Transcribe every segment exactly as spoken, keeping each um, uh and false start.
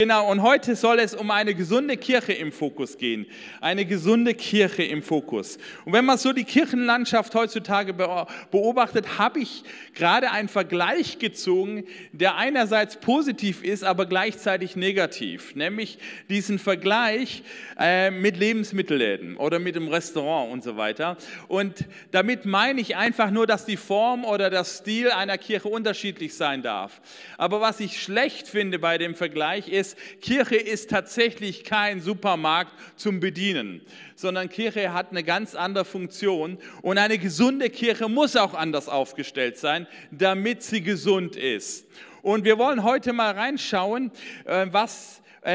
Genau, und heute soll es um eine gesunde Kirche im Fokus gehen. Eine gesunde Kirche im Fokus. Und wenn man so die Kirchenlandschaft heutzutage beobachtet, habe ich gerade einen Vergleich gezogen, der einerseits positiv ist, aber gleichzeitig negativ. Nämlich diesen Vergleich äh, mit Lebensmittelläden oder mit dem Restaurant und so weiter. Und damit meine ich einfach nur, dass die Form oder der Stil einer Kirche unterschiedlich sein darf. Aber was ich schlecht finde bei dem Vergleich ist, Kirche ist tatsächlich kein Supermarkt zum Bedienen, sondern Kirche hat eine ganz andere Funktion und eine gesunde Kirche muss auch anders aufgestellt sein, damit sie gesund ist. Und wir wollen heute mal reinschauen, was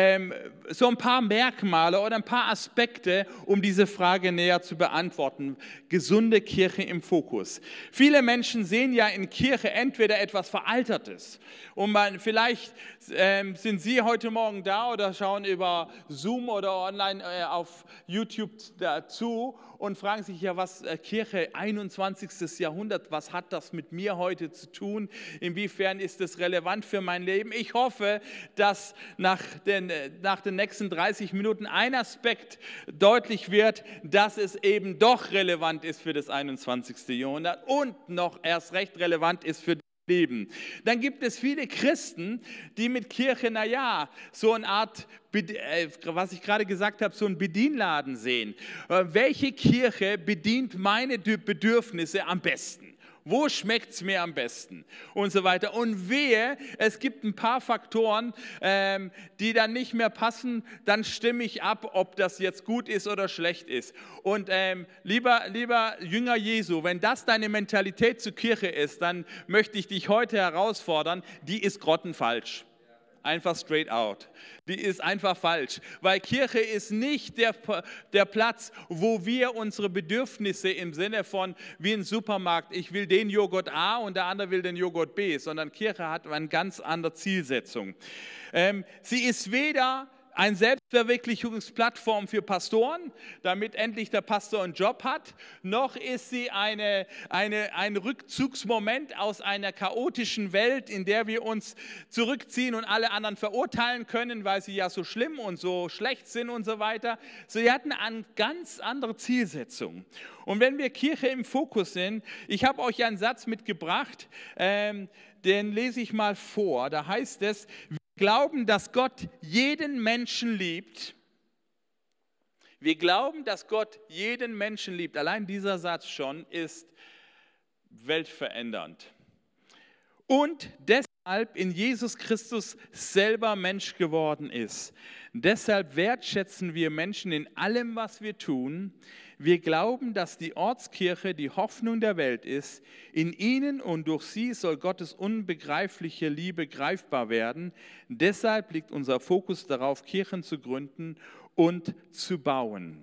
so ein paar Merkmale oder ein paar Aspekte, um diese Frage näher zu beantworten. Gesunde Kirche im Fokus. Viele Menschen sehen ja in Kirche entweder etwas Veraltertes und man, vielleicht ähm, sind Sie heute Morgen da oder schauen über Zoom oder online äh, auf YouTube dazu und fragen sich ja, was äh, Kirche einundzwanzigstes Jahrhundert, was hat das mit mir heute zu tun? Inwiefern ist das relevant für mein Leben? Ich hoffe, dass nach den, nach den nächsten dreißig Minuten ein Aspekt deutlich wird, dass es eben doch relevant ist für das einundzwanzigste Jahrhundert und noch erst recht relevant ist für Leben. Dann gibt es viele Christen, die mit Kirche, naja, so eine Art, was ich gerade gesagt habe, so einen Bedienladen sehen. Welche Kirche bedient meine Bedürfnisse am besten? Wo schmeckt es mir am besten? Und so weiter. Und wehe, es gibt ein paar Faktoren, ähm, die dann nicht mehr passen, dann stimme ich ab, ob das jetzt gut ist oder schlecht ist. Und ähm, lieber, lieber Jünger Jesu, wenn das deine Mentalität zur Kirche ist, dann möchte ich dich heute herausfordern, die ist grottenfalsch. Einfach straight out. Die ist einfach falsch, weil Kirche ist nicht der, der Platz, wo wir unsere Bedürfnisse im Sinne von wie ein Supermarkt, ich will den Joghurt A und der andere will den Joghurt B, sondern Kirche hat eine ganz andere Zielsetzung. Ähm, sie ist weder eine Selbstverwirklichungsplattform für Pastoren, damit endlich der Pastor einen Job hat, noch ist sie eine, eine, ein Rückzugsmoment aus einer chaotischen Welt, in der wir uns zurückziehen und alle anderen verurteilen können, weil sie ja so schlimm und so schlecht sind und so weiter. Sie hatten eine ganz andere Zielsetzung. Und wenn wir Kirche im Fokus sind, ich habe euch einen Satz mitgebracht, ähm, den lese ich mal vor. Da heißt es, wir glauben, dass Gott jeden Menschen liebt. Wir glauben, dass Gott jeden Menschen liebt. Allein dieser Satz schon ist weltverändernd. Und deshalb in Jesus Christus selber Mensch geworden ist. Deshalb wertschätzen wir Menschen in allem, was wir tun. Wir glauben, dass die Ortskirche die Hoffnung der Welt ist. In ihnen und durch sie soll Gottes unbegreifliche Liebe greifbar werden. Deshalb liegt unser Fokus darauf, Kirchen zu gründen und zu bauen.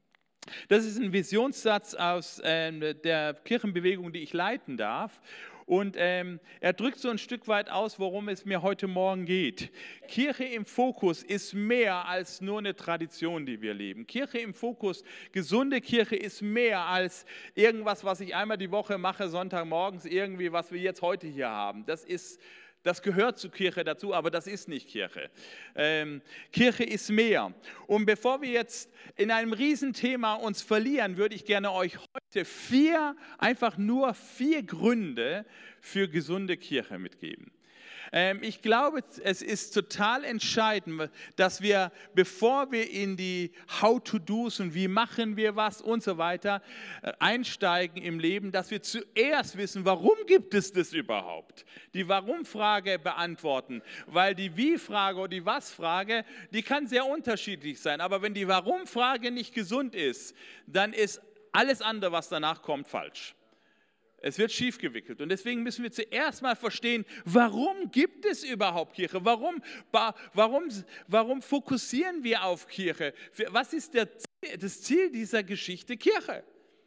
Das ist ein Visionssatz aus äh, der Kirchenbewegung, die ich leiten darf. Und ähm, er drückt so ein Stück weit aus, worum es mir heute Morgen geht. Kirche im Fokus ist mehr als nur eine Tradition, die wir leben. Kirche im Fokus, gesunde Kirche ist mehr als irgendwas, was ich einmal die Woche mache, Sonntagmorgens, irgendwie, was wir jetzt heute hier haben. Das ist Das gehört zur Kirche dazu, aber das ist nicht Kirche. Ähm, Kirche ist mehr. Und bevor wir jetzt in einem Riesenthema uns verlieren, würde ich gerne euch heute vier, einfach nur vier Gründe für gesunde Kirche mitgeben. Ähm, ich glaube, es ist total entscheidend, dass wir, bevor wir in die How-to-Dos und wie machen wir was und so weiter äh, einsteigen im Leben, dass wir zuerst wissen, warum gibt es das überhaupt? Die Warum-Frage beantworten, weil die Wie-Frage oder die Was-Frage, die kann sehr unterschiedlich sein, aber wenn die Warum-Frage nicht gesund ist, dann ist alles andere, was danach kommt, falsch. Es wird schief gewickelt und deswegen müssen wir zuerst mal verstehen, warum gibt es überhaupt Kirche? Warum, warum, warum fokussieren wir auf Kirche? Was ist der, das Ziel dieser Geschichte Kirche?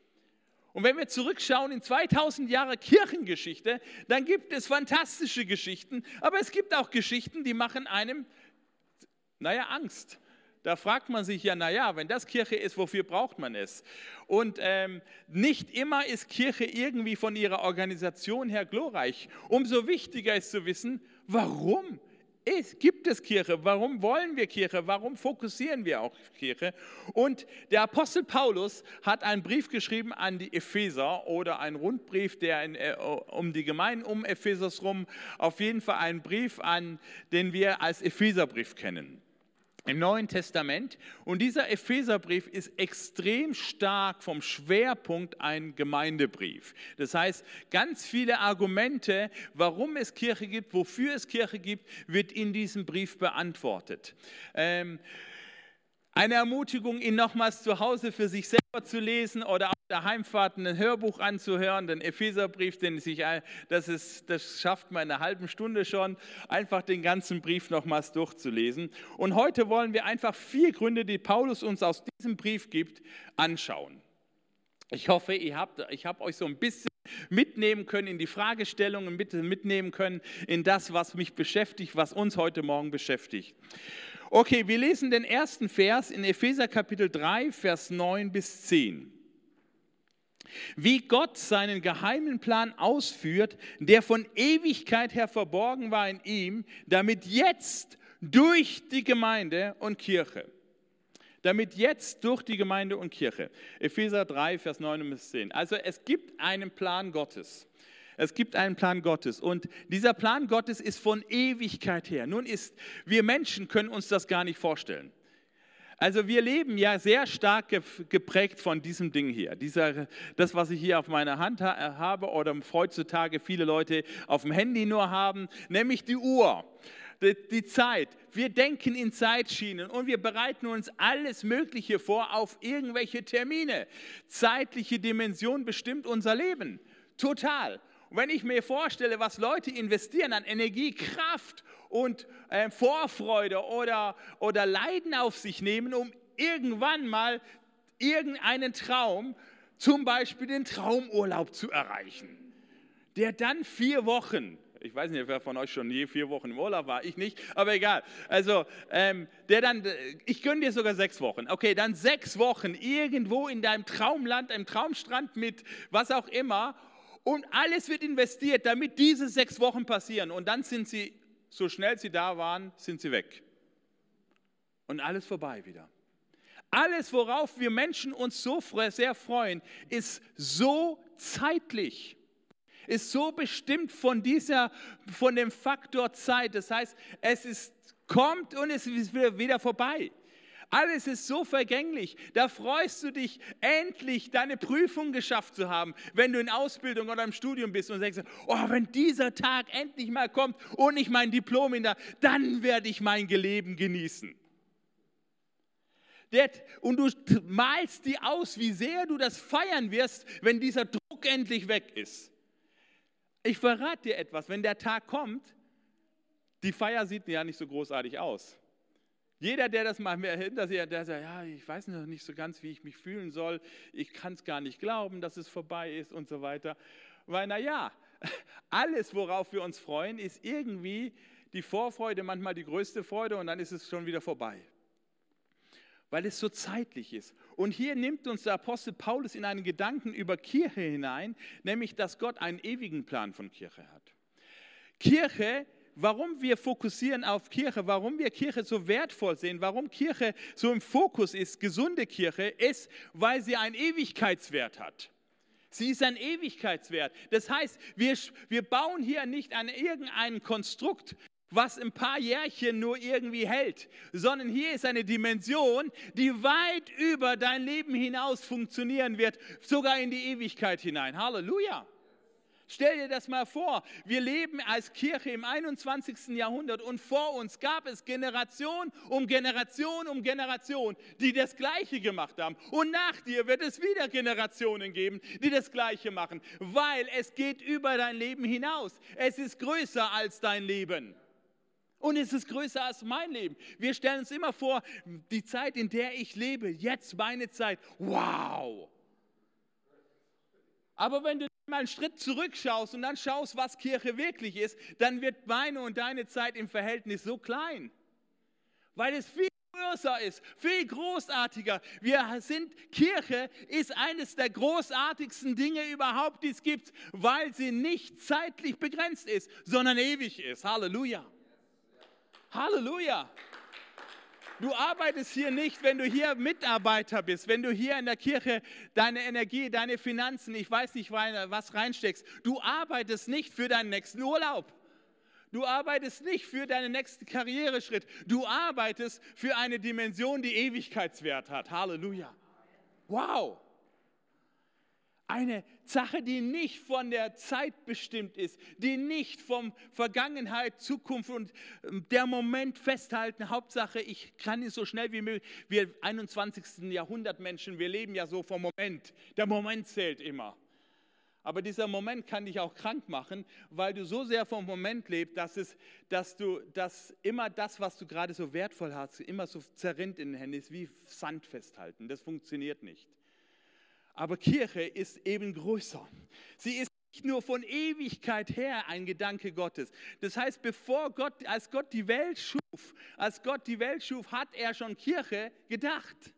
Und wenn wir zurückschauen in zweitausend Jahre Kirchengeschichte, dann gibt es fantastische Geschichten, aber es gibt auch Geschichten, die machen einem, naja, Angst. Da fragt man sich ja, naja, wenn das Kirche ist, wofür braucht man es? Und ähm, nicht immer ist Kirche irgendwie von ihrer Organisation her glorreich. Umso wichtiger ist zu wissen, warum ist, gibt es Kirche? Warum wollen wir Kirche? Warum fokussieren wir auch Kirche? Und der Apostel Paulus hat einen Brief geschrieben an die Epheser oder einen Rundbrief, der in, äh, um die Gemeinden um Ephesus rum, auf jeden Fall einen Brief an, den wir als Epheserbrief kennen. Im Neuen Testament. Und dieser Epheserbrief ist extrem stark vom Schwerpunkt ein Gemeindebrief. Das heißt, ganz viele Argumente, warum es Kirche gibt, wofür es Kirche gibt, wird in diesem Brief beantwortet. Ähm, Eine Ermutigung, ihn nochmals zu Hause für sich selber zu lesen oder auf der Heimfahrt ein Hörbuch anzuhören, den Epheserbrief, den sich, das, ist, das schafft man in einer halben Stunde schon, einfach den ganzen Brief nochmals durchzulesen. Und heute wollen wir einfach vier Gründe, die Paulus uns aus diesem Brief gibt, anschauen. Ich hoffe, ihr habt, ich habe euch so ein bisschen mitnehmen können in die Fragestellungen, mitnehmen können in das, was mich beschäftigt, was uns heute Morgen beschäftigt. Okay, wir lesen den ersten Vers in Epheser Kapitel drei, Vers neun bis zehn. Wie Gott seinen geheimen Plan ausführt, der von Ewigkeit her verborgen war in ihm, damit jetzt durch die Gemeinde und Kirche, damit jetzt durch die Gemeinde und Kirche, Epheser drei, Vers neun bis zehn. Also es gibt einen Plan Gottes. Es gibt einen Plan Gottes und dieser Plan Gottes ist von Ewigkeit her. Nun ist, wir Menschen können uns das gar nicht vorstellen. Also wir leben ja sehr stark geprägt von diesem Ding hier. Dieser, das, was ich hier auf meiner Hand habe oder heutzutage viele Leute auf dem Handy nur haben, nämlich die Uhr. Die Zeit. Wir denken in Zeitschienen und wir bereiten uns alles Mögliche vor auf irgendwelche Termine. Zeitliche Dimension bestimmt unser Leben. Total. Und wenn ich mir vorstelle, was Leute investieren an Energie, Kraft und äh, Vorfreude oder, oder Leiden auf sich nehmen, um irgendwann mal irgendeinen Traum, zum Beispiel den Traumurlaub zu erreichen, der dann vier Wochen, ich weiß nicht, wer von euch schon je vier Wochen im Urlaub war, ich nicht, aber egal. Also, ähm, der dann, ich gönne dir sogar sechs Wochen. Okay, dann sechs Wochen irgendwo in deinem Traumland, einem Traumstrand mit was auch immer. Und alles wird investiert, damit diese sechs Wochen passieren. Und dann sind sie, so schnell sie da waren, sind sie weg. Und alles vorbei wieder. Alles, worauf wir Menschen uns so sehr freuen, ist so zeitlich. Ist so bestimmt von, dieser, von dem Faktor Zeit. Das heißt, es ist, kommt und es ist wieder, wieder vorbei. Alles ist so vergänglich. Da freust du dich, endlich deine Prüfung geschafft zu haben, wenn du in Ausbildung oder im Studium bist und denkst, oh, wenn dieser Tag endlich mal kommt und ich mein Diplom in der, dann werde ich mein Leben genießen. Und du malst dir aus, wie sehr du das feiern wirst, wenn dieser Druck endlich weg ist. Ich verrate dir etwas, wenn der Tag kommt, die Feier sieht ja nicht so großartig aus. Jeder, der das mal hinter sich hat, der sagt, ja, ich weiß noch nicht so ganz, wie ich mich fühlen soll, ich kann es gar nicht glauben, dass es vorbei ist und so weiter. Weil, naja, alles, worauf wir uns freuen, ist irgendwie die Vorfreude, manchmal die größte Freude und dann ist es schon wieder vorbei. Weil es so zeitlich ist. Und hier nimmt uns der Apostel Paulus in einen Gedanken über Kirche hinein, nämlich, dass Gott einen ewigen Plan von Kirche hat. Kirche, warum wir fokussieren auf Kirche, warum wir Kirche so wertvoll sehen, warum Kirche so im Fokus ist, gesunde Kirche, ist, weil sie einen Ewigkeitswert hat. Sie ist ein Ewigkeitswert. Das heißt, wir, wir bauen hier nicht an irgendein Konstrukt, was ein paar Jährchen nur irgendwie hält, sondern hier ist eine Dimension, die weit über dein Leben hinaus funktionieren wird, sogar in die Ewigkeit hinein. Halleluja! Stell dir das mal vor, wir leben als Kirche im einundzwanzigsten Jahrhundert und vor uns gab es Generation um Generation um Generation, die das Gleiche gemacht haben. Und nach dir wird es wieder Generationen geben, die das Gleiche machen, weil es geht über dein Leben hinaus. Es ist größer als dein Leben. Und es ist größer als mein Leben. Wir stellen uns immer vor, die Zeit, in der ich lebe, jetzt meine Zeit, wow. Aber wenn du mal einen Schritt zurückschaust und dann schaust, was Kirche wirklich ist, dann wird meine und deine Zeit im Verhältnis so klein. Weil es viel größer ist, viel großartiger. Wir sind, Kirche ist eines der großartigsten Dinge überhaupt, die es gibt, weil sie nicht zeitlich begrenzt ist, sondern ewig ist. Halleluja. Halleluja! Du arbeitest hier nicht, wenn du hier Mitarbeiter bist, wenn du hier in der Kirche deine Energie, deine Finanzen, ich weiß nicht, was reinsteckst. Du arbeitest nicht für deinen nächsten Urlaub. Du arbeitest nicht für deinen nächsten Karriereschritt. Du arbeitest für eine Dimension, die Ewigkeitswert hat. Halleluja. Wow. Eine Sache, die nicht von der Zeit bestimmt ist, die nicht von Vergangenheit, Zukunft und der Moment festhalten. Hauptsache, ich kann nicht so schnell wie möglich. Wir einundzwanzigsten. Jahrhundert Menschen, wir leben ja so vom Moment. Der Moment zählt immer. Aber dieser Moment kann dich auch krank machen, weil du so sehr vom Moment lebst, dass, es, dass du dass immer das, was du gerade so wertvoll hast, immer so zerrinnt in den Händen ist, wie Sand festhalten. Das funktioniert nicht. Aber Kirche ist eben größer. Sie ist nicht nur von Ewigkeit her ein Gedanke Gottes. Das heißt, bevor Gott, als Gott die Welt schuf, als Gott die Welt schuf, hat er schon Kirche gedacht.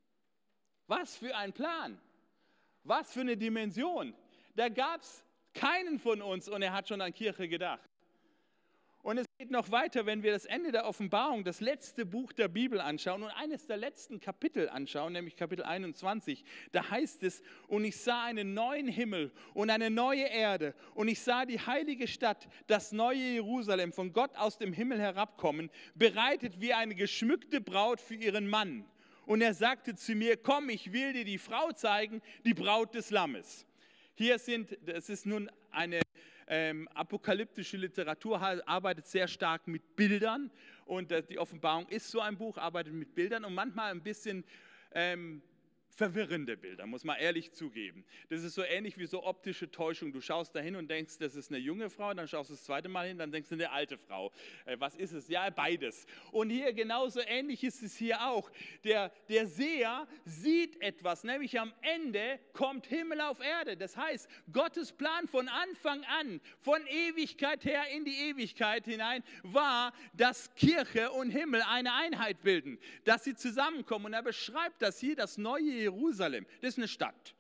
Was für ein Plan. Was für eine Dimension. Da gab es keinen von uns und er hat schon an Kirche gedacht. Und es geht noch weiter, wenn wir das Ende der Offenbarung, das letzte Buch der Bibel anschauen und eines der letzten Kapitel anschauen, nämlich Kapitel einundzwanzig. Da heißt es, und ich sah einen neuen Himmel und eine neue Erde und ich sah die heilige Stadt, das neue Jerusalem, von Gott aus dem Himmel herabkommen, bereitet wie eine geschmückte Braut für ihren Mann. Und er sagte zu mir, komm, ich will dir die Frau zeigen, die Braut des Lammes. Hier sind, das ist nun eine ähm, apokalyptische Literatur, arbeitet sehr stark mit Bildern und äh, die Offenbarung ist so ein Buch, arbeitet mit Bildern und manchmal ein bisschen ähm, verwirrende Bilder, muss man ehrlich zugeben. Das ist so ähnlich wie so optische Täuschung. Du schaust da hin und denkst, das ist eine junge Frau, dann schaust du das zweite Mal hin, dann denkst du, eine alte Frau. Äh, was ist es? Ja, beides. Und hier genauso ähnlich ist es hier auch. Der, der Seher sieht etwas, nämlich am Ende kommt Himmel auf Erde. Das heißt, Gottes Plan von Anfang an, von Ewigkeit her in die Ewigkeit hinein, war, dass Kirche und Himmel eine Einheit bilden, dass sie zusammenkommen. Und er beschreibt das hier, das neue Jerusalem, das ist eine Stadt.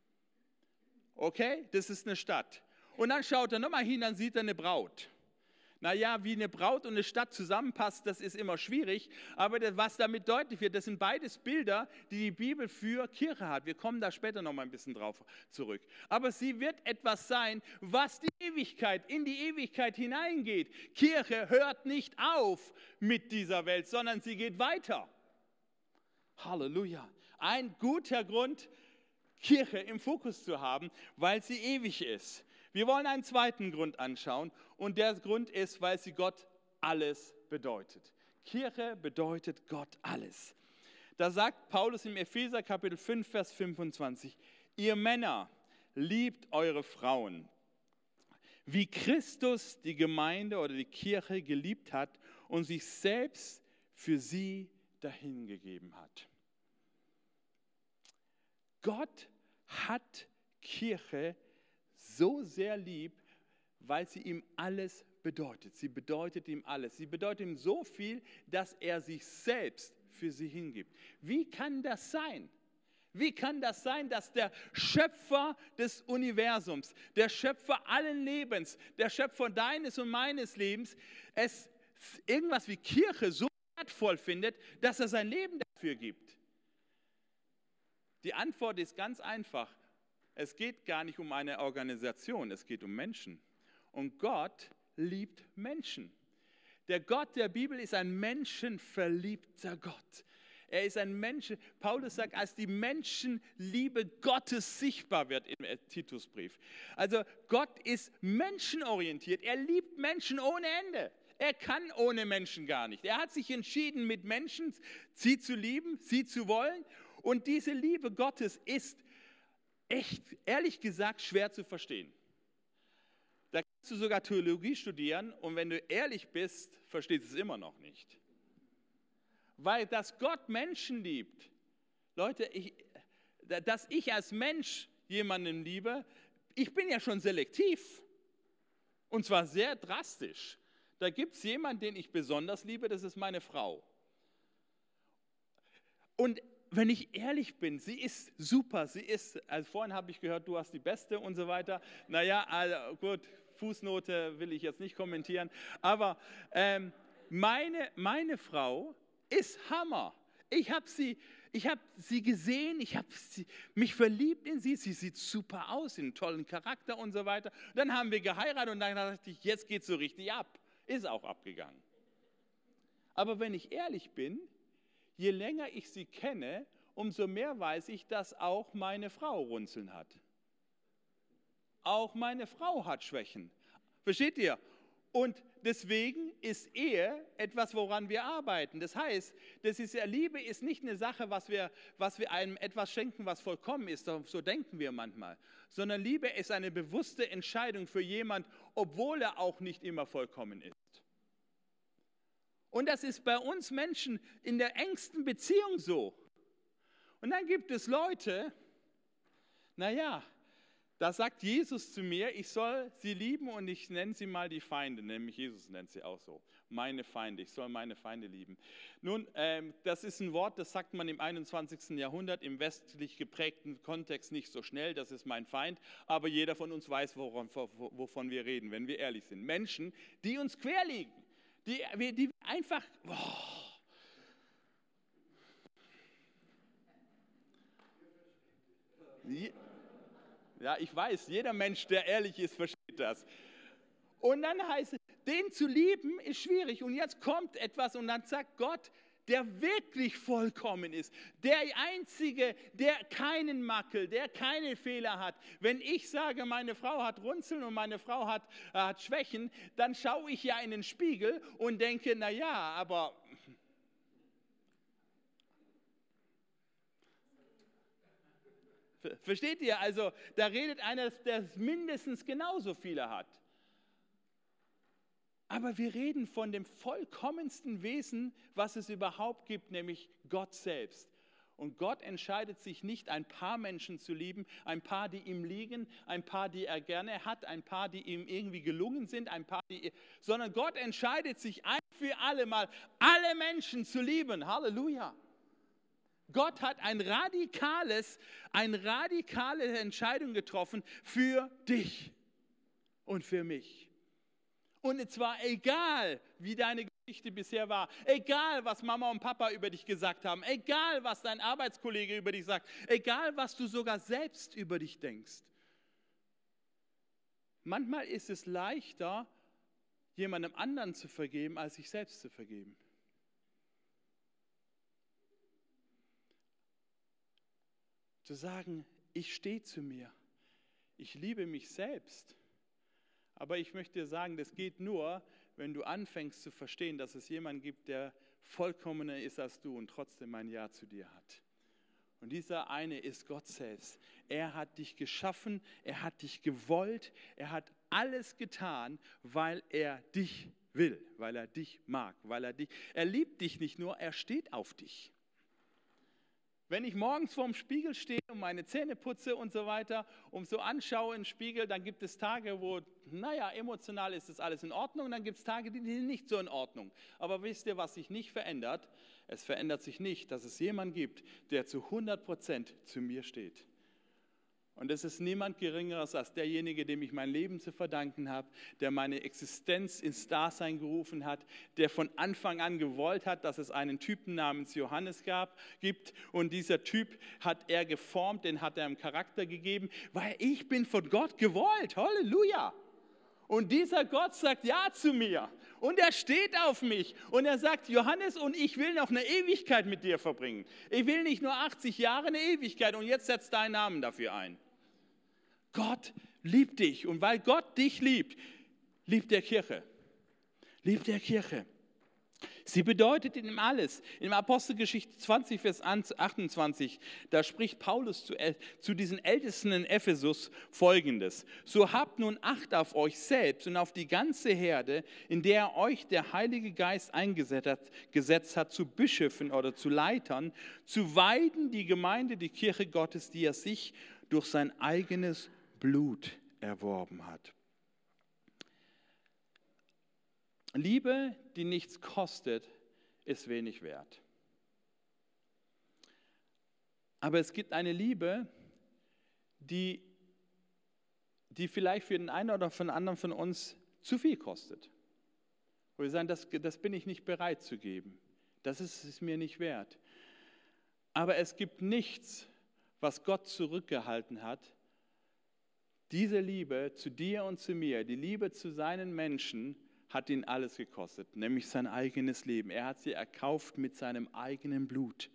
Okay, das ist eine Stadt. Und dann schaut er nochmal hin, dann sieht er eine Braut. Naja, wie eine Braut und eine Stadt zusammenpasst, das ist immer schwierig. Aber das, was damit deutlich wird, das sind beides Bilder, die die Bibel für Kirche hat. Wir kommen da später nochmal ein bisschen drauf zurück. Aber sie wird etwas sein, was die Ewigkeit, in die Ewigkeit hineingeht. Kirche hört nicht auf mit dieser Welt, sondern sie geht weiter. Halleluja. Ein guter Grund, Kirche im Fokus zu haben, weil sie ewig ist. Wir wollen einen zweiten Grund anschauen und der Grund ist, weil sie Gott alles bedeutet. Kirche bedeutet Gott alles. Da sagt Paulus im Epheser Kapitel fünf, Vers fünfundzwanzig, ihr Männer, liebt eure Frauen, wie Christus die Gemeinde oder die Kirche geliebt hat und sich selbst für sie dahingegeben hat. Gott hat Kirche so sehr lieb, weil sie ihm alles bedeutet. Sie bedeutet ihm alles. Sie bedeutet ihm so viel, dass er sich selbst für sie hingibt. Wie kann das sein? Wie kann das sein, dass der Schöpfer des Universums, der Schöpfer allen Lebens, der Schöpfer deines und meines Lebens, es irgendwas wie Kirche so wertvoll findet, dass er sein Leben dafür gibt? Die Antwort ist ganz einfach. Es geht gar nicht um eine Organisation, es geht um Menschen. Und Gott liebt Menschen. Der Gott der Bibel ist ein menschenverliebter Gott. Er ist ein Mensch, Paulus sagt, als die Menschenliebe Gottes sichtbar wird im Titusbrief. Also Gott ist menschenorientiert, er liebt Menschen ohne Ende. Er kann ohne Menschen gar nicht. Er hat sich entschieden, mit Menschen sie zu lieben, sie zu wollen. Und diese Liebe Gottes ist echt, ehrlich gesagt, schwer zu verstehen. Da kannst du sogar Theologie studieren und wenn du ehrlich bist, verstehst du es immer noch nicht. Weil dass Gott Menschen liebt, Leute, ich, dass ich als Mensch jemanden liebe, ich bin ja schon selektiv und zwar sehr drastisch. Da gibt es jemanden, den ich besonders liebe, das ist meine Frau. Und wenn ich ehrlich bin, sie ist super, sie ist, also vorhin habe ich gehört, du hast die Beste und so weiter. Naja, also gut, Fußnote will ich jetzt nicht kommentieren, aber ähm, meine, meine Frau ist Hammer. Ich habe sie, ich hab sie gesehen, ich habe mich verliebt in sie. Sie sieht super aus, einen tollen Charakter und so weiter. Dann haben wir geheiratet und dann dachte ich, jetzt geht es so richtig ab. Ist auch abgegangen. Aber wenn ich ehrlich bin, je länger ich sie kenne, umso mehr weiß ich, dass auch meine Frau Runzeln hat. Auch meine Frau hat Schwächen. Versteht ihr? Und deswegen ist Ehe etwas, woran wir arbeiten. Das heißt, das ist ja, Liebe ist nicht eine Sache, was wir, was wir einem etwas schenken, was vollkommen ist, so denken wir manchmal, sondern Liebe ist eine bewusste Entscheidung für jemand, obwohl er auch nicht immer vollkommen ist. Und das ist bei uns Menschen in der engsten Beziehung so. Und dann gibt es Leute, naja, da sagt Jesus zu mir, ich soll sie lieben und ich nenne sie mal die Feinde, nämlich Jesus nennt sie auch so, meine Feinde, ich soll meine Feinde lieben. Nun, ähm, das ist ein Wort, das sagt man im einundzwanzigsten Jahrhundert, im westlich geprägten Kontext nicht so schnell, das ist mein Feind, aber jeder von uns weiß, woran, wovon wir reden, wenn wir ehrlich sind. Menschen, die uns quer liegen, die, die einfach... Oh, die, Ja, ich weiß, jeder Mensch, der ehrlich ist, versteht das. Und dann heißt es, den zu lieben ist schwierig. Und jetzt kommt etwas und dann sagt Gott, der wirklich vollkommen ist, der Einzige, der keinen Makel, der keine Fehler hat. Wenn ich sage, meine Frau hat Runzeln und meine Frau hat, äh, hat Schwächen, dann schaue ich ja in den Spiegel und denke, na ja, aber... Versteht ihr? Also da redet einer, der mindestens genauso viele hat. Aber wir reden von dem vollkommensten Wesen, was es überhaupt gibt, nämlich Gott selbst. Und Gott entscheidet sich nicht, ein paar Menschen zu lieben, ein paar, die ihm liegen, ein paar, die er gerne hat, ein paar, die ihm irgendwie gelungen sind, ein paar, die, sondern Gott entscheidet sich ein für alle Mal, alle Menschen zu lieben. Halleluja. Gott hat ein radikales, eine radikale Entscheidung getroffen für dich und für mich. Und zwar egal, wie deine Geschichte bisher war, egal, was Mama und Papa über dich gesagt haben, egal, was dein Arbeitskollege über dich sagt, egal, was du sogar selbst über dich denkst. Manchmal ist es leichter, jemandem anderen zu vergeben, als sich selbst zu vergeben. Zu sagen, ich stehe zu mir, ich liebe mich selbst. Aber ich möchte dir sagen, das geht nur, wenn du anfängst zu verstehen, dass es jemanden gibt, der vollkommener ist als du und trotzdem ein Ja zu dir hat. Und dieser eine ist Gott selbst. Er hat dich geschaffen, er hat dich gewollt, er hat alles getan, weil er dich will, weil er dich mag, weil er dich, er liebt dich nicht nur, er steht auf dich. Wenn ich morgens vorm Spiegel stehe und meine Zähne putze und so weiter und so anschaue im Spiegel, dann gibt es Tage, wo, naja, emotional ist das alles in Ordnung, dann gibt es Tage, die sind nicht so in Ordnung. Aber wisst ihr, was sich nicht verändert? Es verändert sich nicht, dass es jemanden gibt, der zu hundert Prozent zu mir steht. Und es ist niemand Geringeres als derjenige, dem ich mein Leben zu verdanken habe, der meine Existenz ins Dasein gerufen hat, der von Anfang an gewollt hat, dass es einen Typen namens Johannes gab, gibt. Und dieser Typ hat er geformt, den hat er im Charakter gegeben, weil ich bin von Gott gewollt. Halleluja! Und dieser Gott sagt Ja zu mir und er steht auf mich und er sagt, Johannes, und ich will noch eine Ewigkeit mit dir verbringen. Ich will nicht nur achtzig Jahre, eine Ewigkeit und jetzt setz deinen Namen dafür ein. Gott liebt dich und weil Gott dich liebt, liebt der Kirche. Liebt der Kirche. Sie bedeutet in ihm alles. In Apostelgeschichte zwanzig, Vers achtundzwanzig, da spricht Paulus zu, zu diesen Ältesten in Ephesus Folgendes. So habt nun Acht auf euch selbst und auf die ganze Herde, in der euch der Heilige Geist eingesetzt hat, gesetzt hat, zu Bischöfen oder zu Leitern, zu weiden die Gemeinde, die Kirche Gottes, die er sich durch sein eigenes Blut erworben hat. Liebe, die nichts kostet, ist wenig wert. Aber es gibt eine Liebe, die, die vielleicht für den einen oder für den anderen von uns zu viel kostet. Wo wir sagen, das, das bin ich nicht bereit zu geben. Das ist es mir nicht wert. Aber es gibt nichts, was Gott zurückgehalten hat. Diese Liebe zu dir und zu mir, die Liebe zu seinen Menschen, hat ihn alles gekostet, nämlich sein eigenes Leben. Er hat sie erkauft mit seinem eigenen Blut.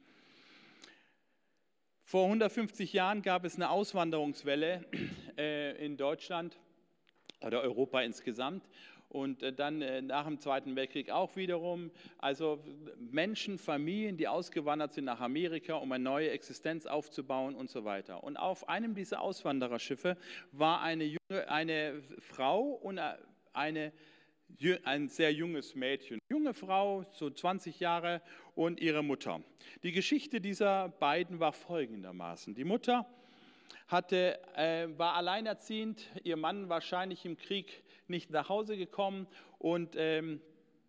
Vor hundertfünfzig Jahren gab es eine Auswanderungswelle äh, in Deutschland oder Europa insgesamt und äh, dann äh, nach dem Zweiten Weltkrieg auch wiederum. Also Menschen, Familien, die ausgewandert sind nach Amerika, um eine neue Existenz aufzubauen und so weiter. Und auf einem dieser Auswandererschiffe war eine, junge, eine Frau und eine ein sehr junges Mädchen, junge Frau, so zwanzig Jahre, und ihre Mutter. Die Geschichte dieser beiden war folgendermaßen. Die Mutter hatte, äh, war alleinerziehend, ihr Mann wahrscheinlich im Krieg nicht nach Hause gekommen und ähm,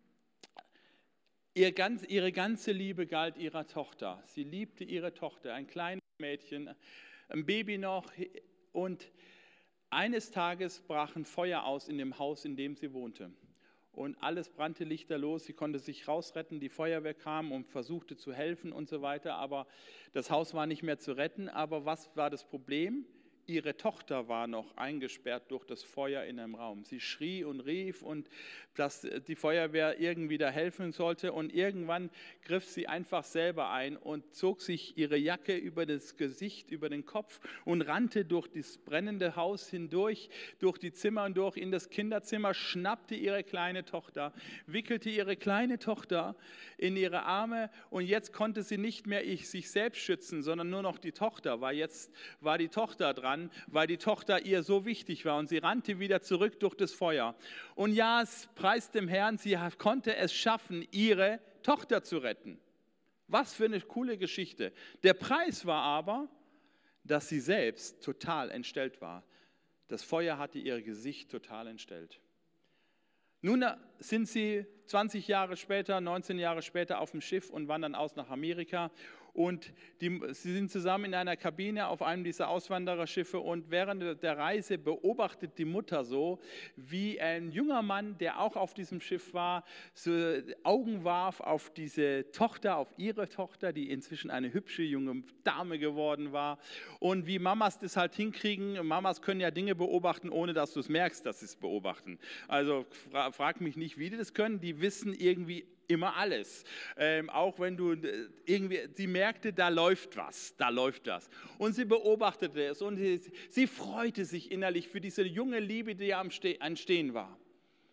ihr ganz, ihre ganze Liebe galt ihrer Tochter. Sie liebte ihre Tochter, ein kleines Mädchen, ein Baby noch, und eines Tages brach ein Feuer aus in dem Haus, in dem sie wohnte. Und alles brannte lichterlos, sie konnte sich rausretten, die Feuerwehr kam und versuchte zu helfen und so weiter, aber das Haus war nicht mehr zu retten. Aber was war das Problem? Ihre Tochter war noch eingesperrt durch das Feuer in einem Raum. Sie schrie und rief, und dass die Feuerwehr irgendwie da helfen sollte. Und irgendwann griff sie einfach selber ein und zog sich ihre Jacke über das Gesicht, über den Kopf und rannte durch das brennende Haus hindurch, durch die Zimmer und durch in das Kinderzimmer, schnappte ihre kleine Tochter, wickelte ihre kleine Tochter in ihre Arme, und jetzt konnte sie nicht mehr sich selbst schützen, sondern nur noch die Tochter, weil jetzt war die Tochter dran, weil die Tochter ihr so wichtig war, und sie rannte wieder zurück durch das Feuer. Und ja, es preist dem Herrn, sie konnte es schaffen, ihre Tochter zu retten. Was für eine coole Geschichte. Der Preis war aber, dass sie selbst total entstellt war. Das Feuer hatte ihr Gesicht total entstellt. Nun sind sie zwanzig Jahre später, neunzehn Jahre später auf dem Schiff und wandern aus nach Amerika. Und die, sie sind zusammen in einer Kabine auf einem dieser Auswandererschiffe, und während der Reise beobachtet die Mutter so, wie ein junger Mann, der auch auf diesem Schiff war, so Augen warf auf diese Tochter, auf ihre Tochter, die inzwischen eine hübsche junge Dame geworden war, und wie Mamas das halt hinkriegen. Mamas können ja Dinge beobachten, ohne dass du es merkst, dass sie es beobachten. Also frag mich nicht, wie die das können, die wissen irgendwie immer alles. Ähm, auch wenn du irgendwie, sie merkte, da läuft was, da läuft was. Und sie beobachtete es, und sie, sie freute sich innerlich für diese junge Liebe, die am Entstehen war.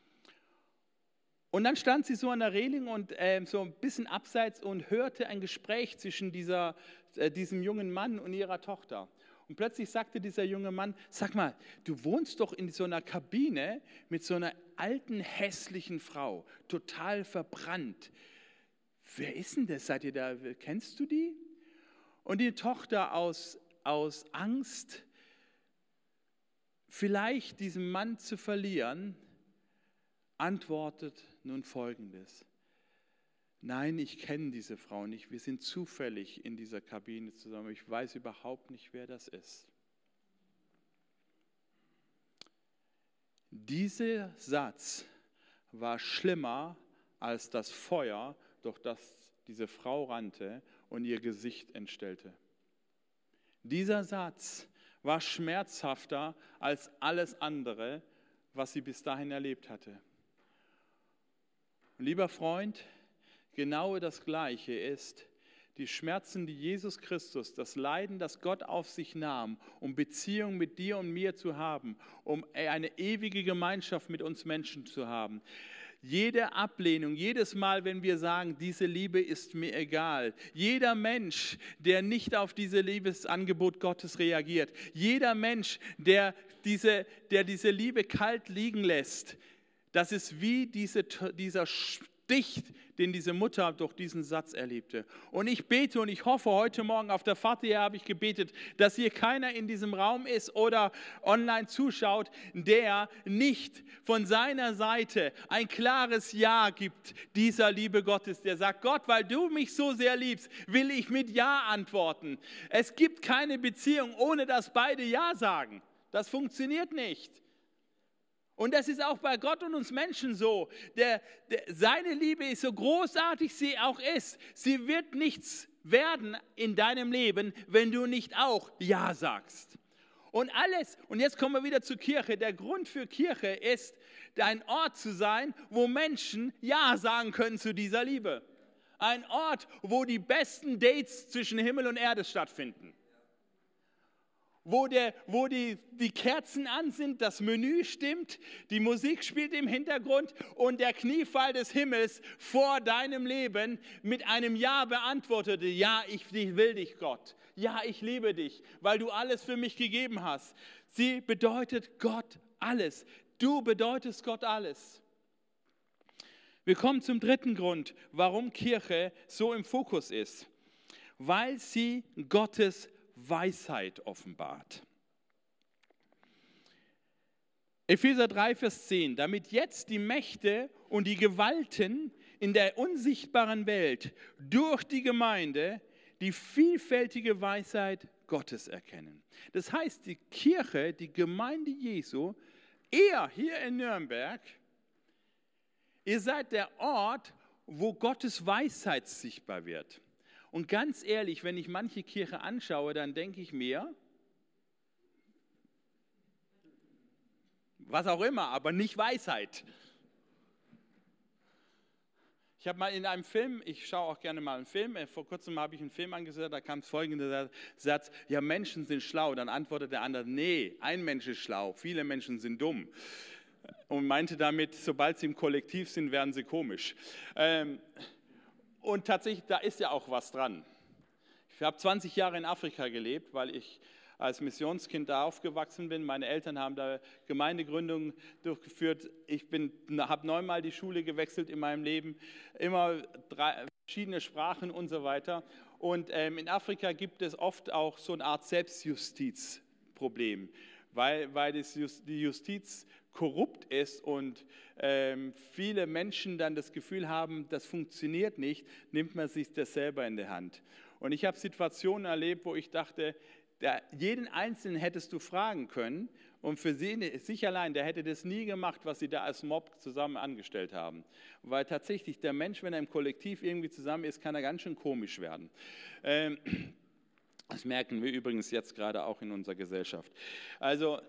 Und dann stand sie so an der Reling und äh, so ein bisschen abseits und hörte ein Gespräch zwischen dieser, äh, diesem jungen Mann und ihrer Tochter. Und plötzlich sagte dieser junge Mann: Sag mal, du wohnst doch in so einer Kabine mit so einer alten, hässlichen Frau, total verbrannt. Wer ist denn das? Seid ihr da? Kennst du die? Und die Tochter aus, aus Angst, vielleicht diesen Mann zu verlieren, antwortet nun Folgendes: Nein, ich kenne diese Frau nicht. Wir sind zufällig in dieser Kabine zusammen. Ich weiß überhaupt nicht, wer das ist. Dieser Satz war schlimmer als das Feuer, durch das diese Frau rannte und ihr Gesicht entstellte. Dieser Satz war schmerzhafter als alles andere, was sie bis dahin erlebt hatte. Und lieber Freund, genau das Gleiche ist, die Schmerzen, die Jesus Christus, das Leiden, das Gott auf sich nahm, um Beziehung mit dir und mir zu haben, um eine ewige Gemeinschaft mit uns Menschen zu haben. Jede Ablehnung, jedes Mal, wenn wir sagen, diese Liebe ist mir egal, jeder Mensch, der nicht auf dieses Liebesangebot Gottes reagiert, jeder Mensch, der diese, der diese Liebe kalt liegen lässt, das ist wie diese, dieser Stich, den diese Mutter durch diesen Satz erlebte. Und ich bete und ich hoffe, heute Morgen auf der Fahrt hierher habe ich gebetet, dass hier keiner in diesem Raum ist oder online zuschaut, der nicht von seiner Seite ein klares Ja gibt dieser Liebe Gottes, der sagt: Gott, weil du mich so sehr liebst, will ich mit Ja antworten. Es gibt keine Beziehung, ohne dass beide Ja sagen. Das funktioniert nicht. Und das ist auch bei Gott und uns Menschen so. Der, der, seine Liebe ist so großartig sie auch ist. Sie wird nichts werden in deinem Leben, wenn du nicht auch Ja sagst. Und alles, und jetzt kommen wir wieder zur Kirche, der Grund für Kirche ist, ein Ort zu sein, wo Menschen Ja sagen können zu dieser Liebe. Ein Ort, wo die besten Dates zwischen Himmel und Erde stattfinden. Wo, der, wo die, die Kerzen an sind, das Menü stimmt, die Musik spielt im Hintergrund und der Kniefall des Himmels vor deinem Leben mit einem Ja beantwortete. Ja, ich, ich will dich, Gott. Ja, ich liebe dich, weil du alles für mich gegeben hast. Sie bedeutet Gott alles. Du bedeutest Gott alles. Wir kommen zum dritten Grund, warum Kirche so im Fokus ist. Weil sie Gottes Weisheit offenbart. Epheser drei, Vers zehn. Damit jetzt die Mächte und die Gewalten in der unsichtbaren Welt durch die Gemeinde die vielfältige Weisheit Gottes erkennen. Das heißt, die Kirche, die Gemeinde Jesu, ihr hier in Nürnberg, ihr seid der Ort, wo Gottes Weisheit sichtbar wird. Und ganz ehrlich, wenn ich manche Kirche anschaue, dann denke ich mir, was auch immer, aber nicht Weisheit. Ich habe mal in einem Film, ich schaue auch gerne mal einen Film, vor kurzem habe ich einen Film angesehen, da kam folgender Satz, ja, Menschen sind schlau. Dann antwortet der andere, nee, ein Mensch ist schlau, viele Menschen sind dumm. Und meinte damit, sobald sie im Kollektiv sind, werden sie komisch. Ähm, Und tatsächlich, da ist ja auch was dran. Ich habe zwanzig Jahre in Afrika gelebt, weil ich als Missionskind da aufgewachsen bin. Meine Eltern haben da Gemeindegründungen durchgeführt. Ich habe neunmal die Schule gewechselt in meinem Leben, immer drei, verschiedene Sprachen und so weiter. Und ähm, in Afrika gibt es oft auch so eine Art Selbstjustizproblem, weil, weil die Justiz korrupt ist und ähm, viele Menschen dann das Gefühl haben, das funktioniert nicht, nimmt man sich das selber in die Hand. Und ich habe Situationen erlebt, wo ich dachte, der, jeden Einzelnen hättest du fragen können und für sie, sich allein, der hätte das nie gemacht, was sie da als Mob zusammen angestellt haben. Weil tatsächlich der Mensch, wenn er im Kollektiv irgendwie zusammen ist, kann er ganz schön komisch werden. Ähm, das merken wir übrigens jetzt gerade auch in unserer Gesellschaft. Also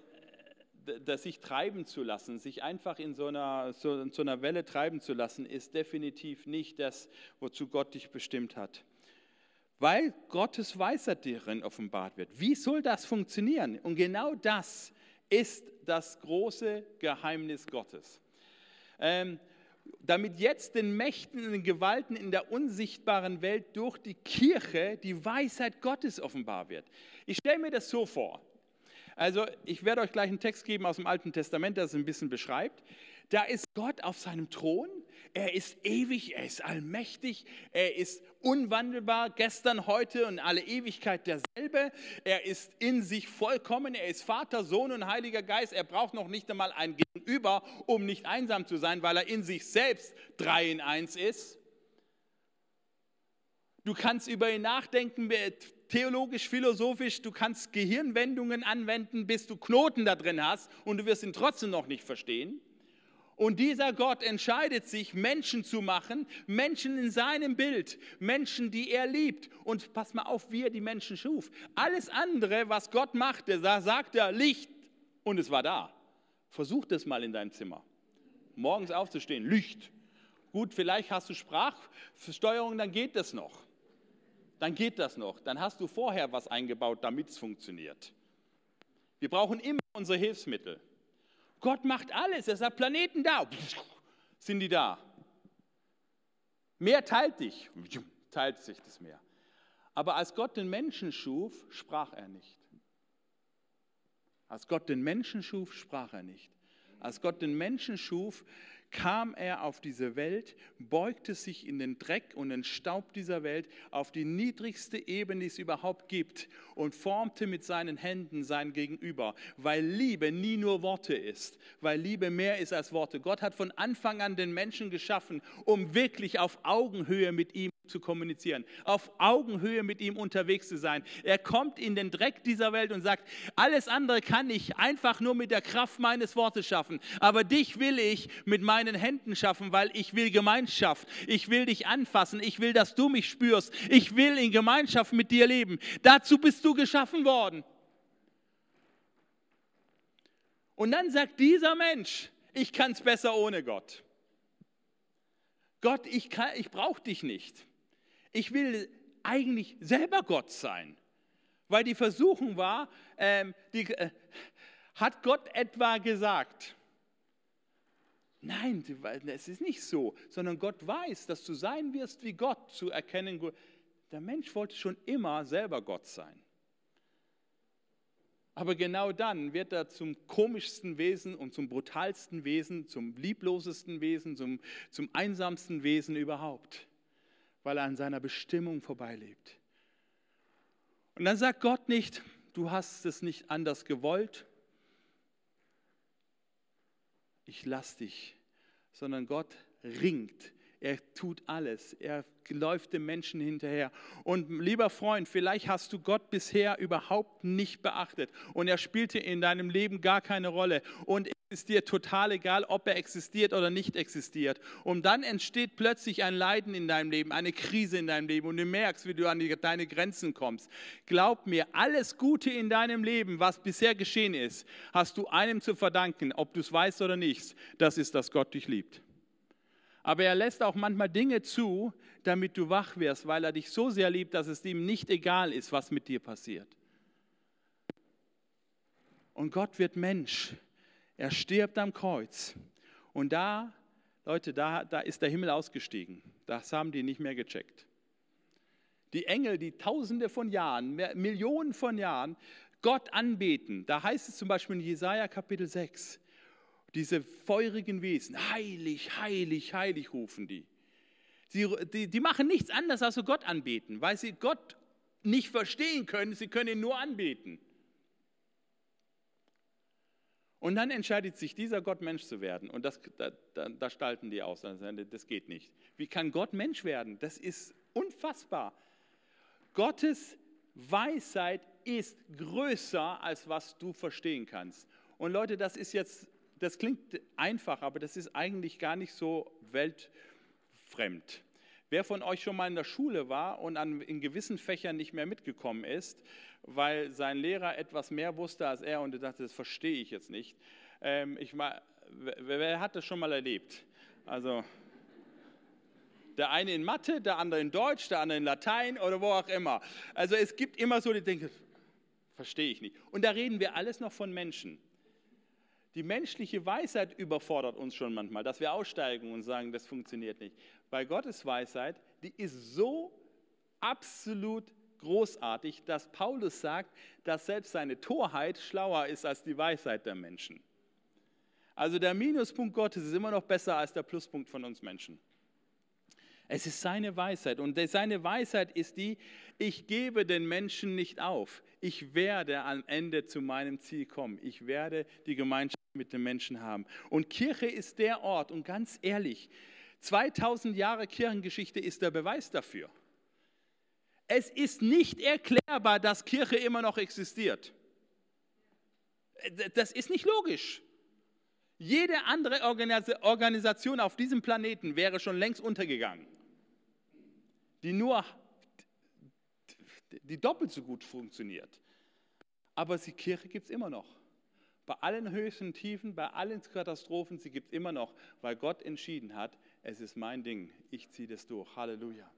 das sich treiben zu lassen, sich einfach in so einer, so, in so einer Welle treiben zu lassen, ist definitiv nicht das, wozu Gott dich bestimmt hat. Weil Gottes Weisheit darin offenbart wird. Wie soll das funktionieren? Und genau das ist das große Geheimnis Gottes. Ähm, damit jetzt den Mächten und den Gewalten in der unsichtbaren Welt durch die Kirche die Weisheit Gottes offenbar wird. Ich stelle mir das so vor. Also ich werde euch gleich einen Text geben aus dem Alten Testament, der es ein bisschen beschreibt. Da ist Gott auf seinem Thron, er ist ewig, er ist allmächtig, er ist unwandelbar, gestern, heute und alle Ewigkeit derselbe. Er ist in sich vollkommen, er ist Vater, Sohn und Heiliger Geist. Er braucht noch nicht einmal ein Gegenüber, um nicht einsam zu sein, weil er in sich selbst drei in eins ist. Du kannst über ihn nachdenken, theologisch, philosophisch, du kannst Gehirnwendungen anwenden, bis du Knoten da drin hast und du wirst ihn trotzdem noch nicht verstehen. Und dieser Gott entscheidet sich, Menschen zu machen, Menschen in seinem Bild, Menschen, die er liebt. Und pass mal auf, wie er die Menschen schuf. Alles andere, was Gott machte, da sagt er Licht und es war da. Versuch das mal in deinem Zimmer. Morgens aufzustehen, Licht. Gut, vielleicht hast du Sprachsteuerung, dann geht das noch. Dann geht das noch. Dann hast du vorher was eingebaut, damit es funktioniert. Wir brauchen immer unsere Hilfsmittel. Gott macht alles. Er sagt, Planeten da, sind die da. Meer teilt dich, teilt sich das Meer. Aber als Gott den Menschen schuf, sprach er nicht. Als Gott den Menschen schuf, sprach er nicht. Als Gott den Menschen schuf, kam er auf diese Welt, beugte sich in den Dreck und den Staub dieser Welt, auf die niedrigste Ebene, die es überhaupt gibt, und formte mit seinen Händen sein Gegenüber, weil Liebe nie nur Worte ist, weil Liebe mehr ist als Worte. Gott hat von Anfang an den Menschen geschaffen, um wirklich auf Augenhöhe mit ihm zu kommunizieren, auf Augenhöhe mit ihm unterwegs zu sein. Er kommt in den Dreck dieser Welt und sagt, alles andere kann ich einfach nur mit der Kraft meines Wortes schaffen, aber dich will ich mit meinen Händen schaffen, weil ich will Gemeinschaft, ich will dich anfassen, ich will, dass du mich spürst, ich will in Gemeinschaft mit dir leben. Dazu bist du geschaffen worden. Und dann sagt dieser Mensch, ich kann es besser ohne Gott. Gott, ich, ich brauche dich nicht. Ich will eigentlich selber Gott sein. Weil die Versuchung war, ähm, die, äh, hat Gott etwa gesagt? Nein, es ist nicht so, sondern Gott weiß, dass du sein wirst wie Gott, zu erkennen. Der Mensch wollte schon immer selber Gott sein. Aber genau dann wird er zum komischsten Wesen und zum brutalsten Wesen, zum lieblosesten Wesen, zum, zum einsamsten Wesen überhaupt, weil er an seiner Bestimmung vorbeilebt. Und dann sagt Gott nicht, du hast es nicht anders gewollt, ich lass dich, sondern Gott ringt. Er tut alles, er läuft dem Menschen hinterher. Und lieber Freund, vielleicht hast du Gott bisher überhaupt nicht beachtet und er spielte in deinem Leben gar keine Rolle und es ist dir total egal, ob er existiert oder nicht existiert. Und dann entsteht plötzlich ein Leiden in deinem Leben, eine Krise in deinem Leben und du merkst, wie du an die, deine Grenzen kommst. Glaub mir, alles Gute in deinem Leben, was bisher geschehen ist, hast du einem zu verdanken, ob du es weißt oder nicht, das ist, dass Gott dich liebt. Aber er lässt auch manchmal Dinge zu, damit du wach wirst, weil er dich so sehr liebt, dass es ihm nicht egal ist, was mit dir passiert. Und Gott wird Mensch. Er stirbt am Kreuz. Und da, Leute, da, da ist der Himmel ausgestiegen. Das haben die nicht mehr gecheckt. Die Engel, die Tausende von Jahren, Millionen von Jahren Gott anbeten. Da heißt es zum Beispiel in Jesaja Kapitel sechs, diese feurigen Wesen, heilig, heilig, heilig rufen die. Sie, die. Die machen nichts anderes, als Gott anbeten, weil sie Gott nicht verstehen können, sie können ihn nur anbeten. Und dann entscheidet sich dieser Gott, Mensch zu werden. Und das, da, da, da stalten die aus, das geht nicht. Wie kann Gott Mensch werden? Das ist unfassbar. Gottes Weisheit ist größer, als was du verstehen kannst. Und Leute, das ist jetzt... Das klingt einfach, aber das ist eigentlich gar nicht so weltfremd. Wer von euch schon mal in der Schule war und an, in gewissen Fächern nicht mehr mitgekommen ist, weil sein Lehrer etwas mehr wusste als er und er dachte, das verstehe ich jetzt nicht. Ähm, ich mal, wer, wer hat das schon mal erlebt? Also der eine in Mathe, der andere in Deutsch, der andere in Latein oder wo auch immer. Also es gibt immer so die Dinge, verstehe ich nicht. Und da reden wir alles noch von Menschen. Die menschliche Weisheit überfordert uns schon manchmal, dass wir aussteigen und sagen, das funktioniert nicht. Bei Gottes Weisheit, die ist so absolut großartig, dass Paulus sagt, dass selbst seine Torheit schlauer ist als die Weisheit der Menschen. Also der Minuspunkt Gottes ist immer noch besser als der Pluspunkt von uns Menschen. Es ist seine Weisheit und seine Weisheit ist die, ich gebe den Menschen nicht auf. Ich werde am Ende zu meinem Ziel kommen. Ich werde die Gemeinschaft mit den Menschen haben. Und Kirche ist der Ort, und ganz ehrlich, zweitausend Jahre Kirchengeschichte ist der Beweis dafür. Es ist nicht erklärbar, dass Kirche immer noch existiert. Das ist nicht logisch. Jede andere Organisation auf diesem Planeten wäre schon längst untergegangen, die nur, die doppelt so gut funktioniert. Aber die Kirche gibt es immer noch. Bei allen Höchsten und Tiefen, bei allen Katastrophen, sie gibt es immer noch, weil Gott entschieden hat, es ist mein Ding, ich ziehe das durch. Halleluja.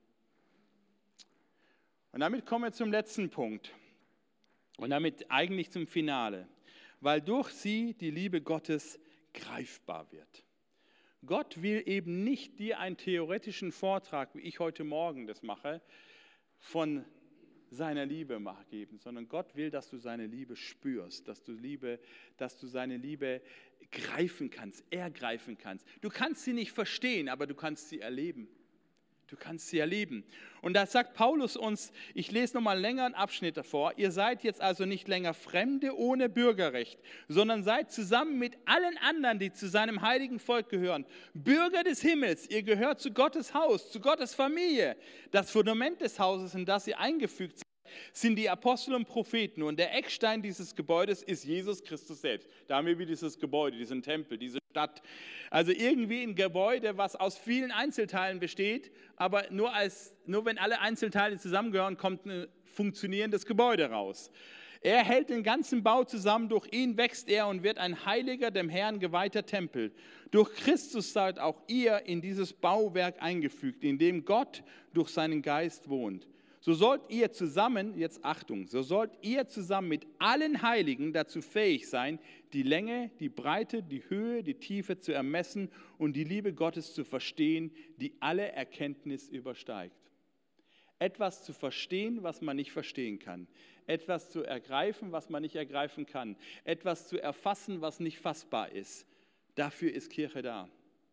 Und damit kommen wir zum letzten Punkt und damit eigentlich zum Finale, weil durch sie die Liebe Gottes greifbar wird. Gott will eben nicht dir einen theoretischen Vortrag, wie ich heute Morgen das mache, von seiner Liebe geben, sondern Gott will, dass du seine Liebe spürst, dass du, Liebe, dass du seine Liebe greifen kannst, ergreifen kannst. Du kannst sie nicht verstehen, aber du kannst sie erleben. Du kannst sie erleben. Und da sagt Paulus uns, ich lese nochmal länger einen Abschnitt davor, ihr seid jetzt also nicht länger Fremde ohne Bürgerrecht, sondern seid zusammen mit allen anderen, die zu seinem heiligen Volk gehören, Bürger des Himmels. Ihr gehört zu Gottes Haus, zu Gottes Familie. Das Fundament des Hauses, in das ihr eingefügt seid, sind die Apostel und Propheten. Und der Eckstein dieses Gebäudes ist Jesus Christus selbst. Da haben wir wie dieses Gebäude, diesen Tempel, diese Stadt. Also irgendwie ein Gebäude, was aus vielen Einzelteilen besteht, aber nur, als, nur wenn alle Einzelteile zusammengehören, kommt ein funktionierendes Gebäude raus. Er hält den ganzen Bau zusammen, durch ihn wächst er und wird ein heiliger, dem Herrn geweihter Tempel. Durch Christus seid auch ihr in dieses Bauwerk eingefügt, in dem Gott durch seinen Geist wohnt. So sollt ihr zusammen, jetzt Achtung, so sollt ihr zusammen mit allen Heiligen dazu fähig sein, die Länge, die Breite, die Höhe, die Tiefe zu ermessen und die Liebe Gottes zu verstehen, die alle Erkenntnis übersteigt. Etwas zu verstehen, was man nicht verstehen kann. Etwas zu ergreifen, was man nicht ergreifen kann. Etwas zu erfassen, was nicht fassbar ist. Dafür ist Kirche da.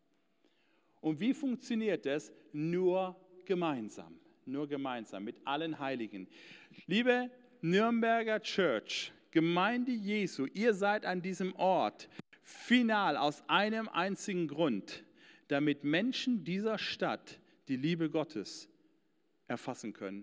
Und wie funktioniert das? Nur gemeinsam. Nur gemeinsam, mit allen Heiligen. Liebe Nürnberger Church, Gemeinde Jesu, ihr seid an diesem Ort final aus einem einzigen Grund, damit Menschen dieser Stadt die Liebe Gottes erfassen können.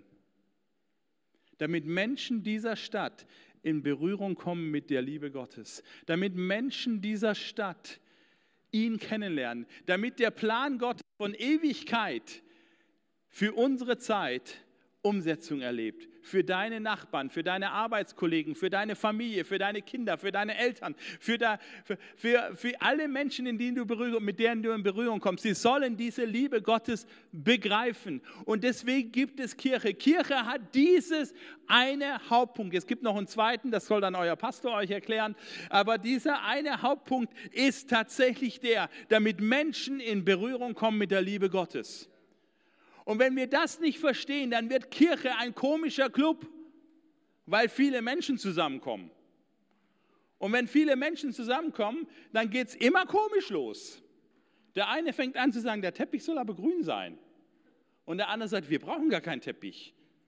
Damit Menschen dieser Stadt in Berührung kommen mit der Liebe Gottes. Damit Menschen dieser Stadt ihn kennenlernen. Damit der Plan Gottes von Ewigkeit für unsere Zeit Umsetzung erlebt, für deine Nachbarn, für deine Arbeitskollegen, für deine Familie, für deine Kinder, für deine Eltern, für, da, für, für, für alle Menschen, in denen du Berührung, mit denen du in Berührung kommst. Sie sollen diese Liebe Gottes begreifen. Und deswegen gibt es Kirche. Kirche hat dieses eine Hauptpunkt. Es gibt noch einen zweiten, das soll dann euer Pastor euch erklären. Aber dieser eine Hauptpunkt ist tatsächlich der, damit Menschen in Berührung kommen mit der Liebe Gottes. Und wenn wir das nicht verstehen, dann wird Kirche ein komischer Club, weil viele Menschen zusammenkommen. Und wenn viele Menschen zusammenkommen, dann geht es immer komisch los. Der eine fängt an zu sagen, der Teppich soll aber grün sein. Und der andere sagt, wir brauchen gar keinen Teppich.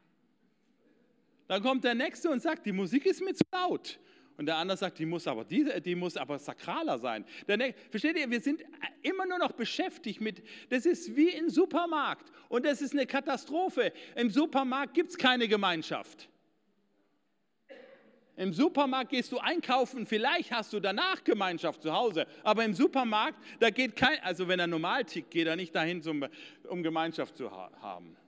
Dann kommt der Nächste und sagt, die Musik ist mir zu laut. Und der andere sagt, die muss aber, die, die muss aber sakraler sein. Der, versteht ihr, wir sind immer nur noch beschäftigt mit, das ist wie im Supermarkt. Und das ist eine Katastrophe. Im Supermarkt gibt es keine Gemeinschaft. Im Supermarkt gehst du einkaufen, vielleicht hast du danach Gemeinschaft zu Hause. Aber im Supermarkt, da geht kein, also wenn er normal tickt, geht er nicht dahin, um Gemeinschaft zu haben.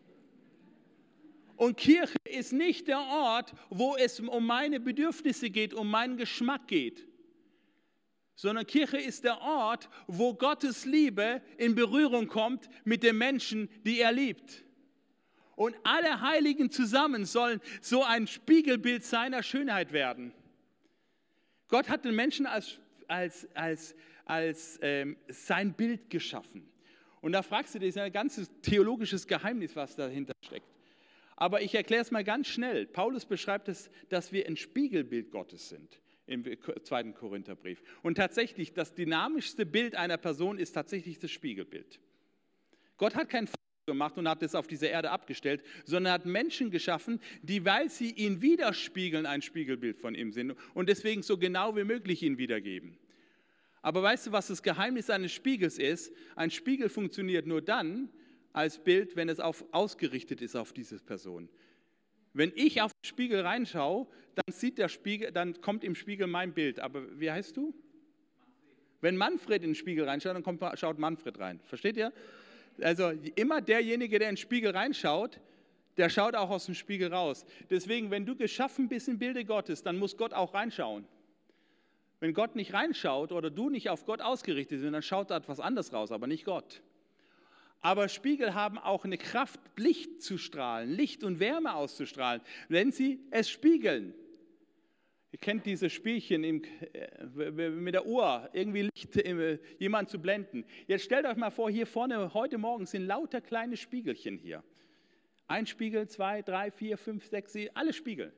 Und Kirche ist nicht der Ort, wo es um meine Bedürfnisse geht, um meinen Geschmack geht, sondern Kirche ist der Ort, wo Gottes Liebe in Berührung kommt mit den Menschen, die er liebt. Und alle Heiligen zusammen sollen so ein Spiegelbild seiner Schönheit werden. Gott hat den Menschen als, als, als, als ähm, sein Bild geschaffen. Und da fragst du dich, das ist ein ganzes theologisches Geheimnis, was dahinter steckt. Aber ich erkläre es mal ganz schnell. Paulus beschreibt es, dass wir ein Spiegelbild Gottes sind im zweiten Korintherbrief. Und tatsächlich, das dynamischste Bild einer Person ist tatsächlich das Spiegelbild. Gott hat kein Foto gemacht und hat es auf diese Erde abgestellt, sondern hat Menschen geschaffen, die, weil sie ihn widerspiegeln, ein Spiegelbild von ihm sind und deswegen so genau wie möglich ihn wiedergeben. Aber weißt du, was das Geheimnis eines Spiegels ist? Ein Spiegel funktioniert nur dann, als Bild, wenn es auf, ausgerichtet ist auf diese Person. Wenn ich auf den Spiegel reinschaue, dann sieht der Spiegel, dann kommt im Spiegel mein Bild. Aber wie heißt du? Manfred. Wenn Manfred in den Spiegel reinschaut, dann kommt, schaut Manfred rein. Versteht ihr? Also immer derjenige, der in den Spiegel reinschaut, der schaut auch aus dem Spiegel raus. Deswegen, wenn du geschaffen bist im Bilde Gottes, dann muss Gott auch reinschauen. Wenn Gott nicht reinschaut oder du nicht auf Gott ausgerichtet bist, dann schaut da etwas anderes raus, aber nicht Gott. Aber Spiegel haben auch eine Kraft, Licht zu strahlen, Licht und Wärme auszustrahlen, wenn sie es spiegeln. Ihr kennt diese Spielchen im, äh, mit der Uhr, irgendwie Licht, äh, jemand zu blenden. Jetzt stellt euch mal vor, hier vorne, heute Morgen sind lauter kleine Spiegelchen hier. Ein Spiegel, zwei, drei, vier, fünf, sechs, sieben, alle Spiegel.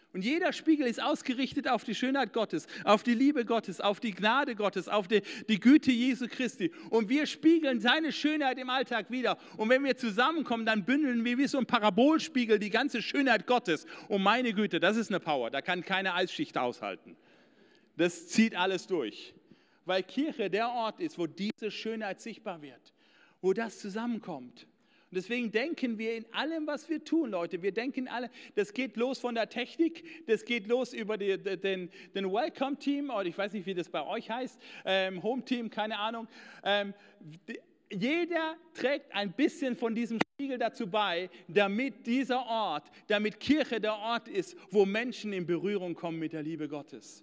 Und jeder Spiegel ist ausgerichtet auf die Schönheit Gottes, auf die Liebe Gottes, auf die Gnade Gottes, auf die, die Güte Jesu Christi. Und wir spiegeln seine Schönheit im Alltag wieder. Und wenn wir zusammenkommen, dann bündeln wir wie so ein Parabolspiegel die ganze Schönheit Gottes. Und meine Güte, das ist eine Power, da kann keine Eisschicht aushalten. Das zieht alles durch. Weil Kirche der Ort ist, wo diese Schönheit sichtbar wird, wo das zusammenkommt. Und deswegen denken wir in allem, was wir tun, Leute. Wir denken alle, das geht los von der Technik, das geht los über die, den, den Welcome-Team, oder ich weiß nicht, wie das bei euch heißt, ähm, Home-Team, keine Ahnung. Ähm, die, jeder trägt ein bisschen von diesem Spiegel dazu bei, damit dieser Ort, damit Kirche der Ort ist, wo Menschen in Berührung kommen mit der Liebe Gottes.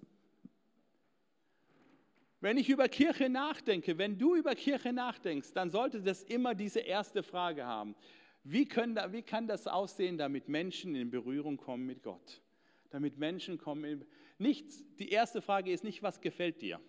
Wenn ich über Kirche nachdenke, wenn du über Kirche nachdenkst, dann sollte das immer diese erste Frage haben. Wie, können da, wie kann das aussehen, damit Menschen in Berührung kommen mit Gott? Damit Menschen kommen in, nicht, die erste Frage ist nicht, was gefällt dir?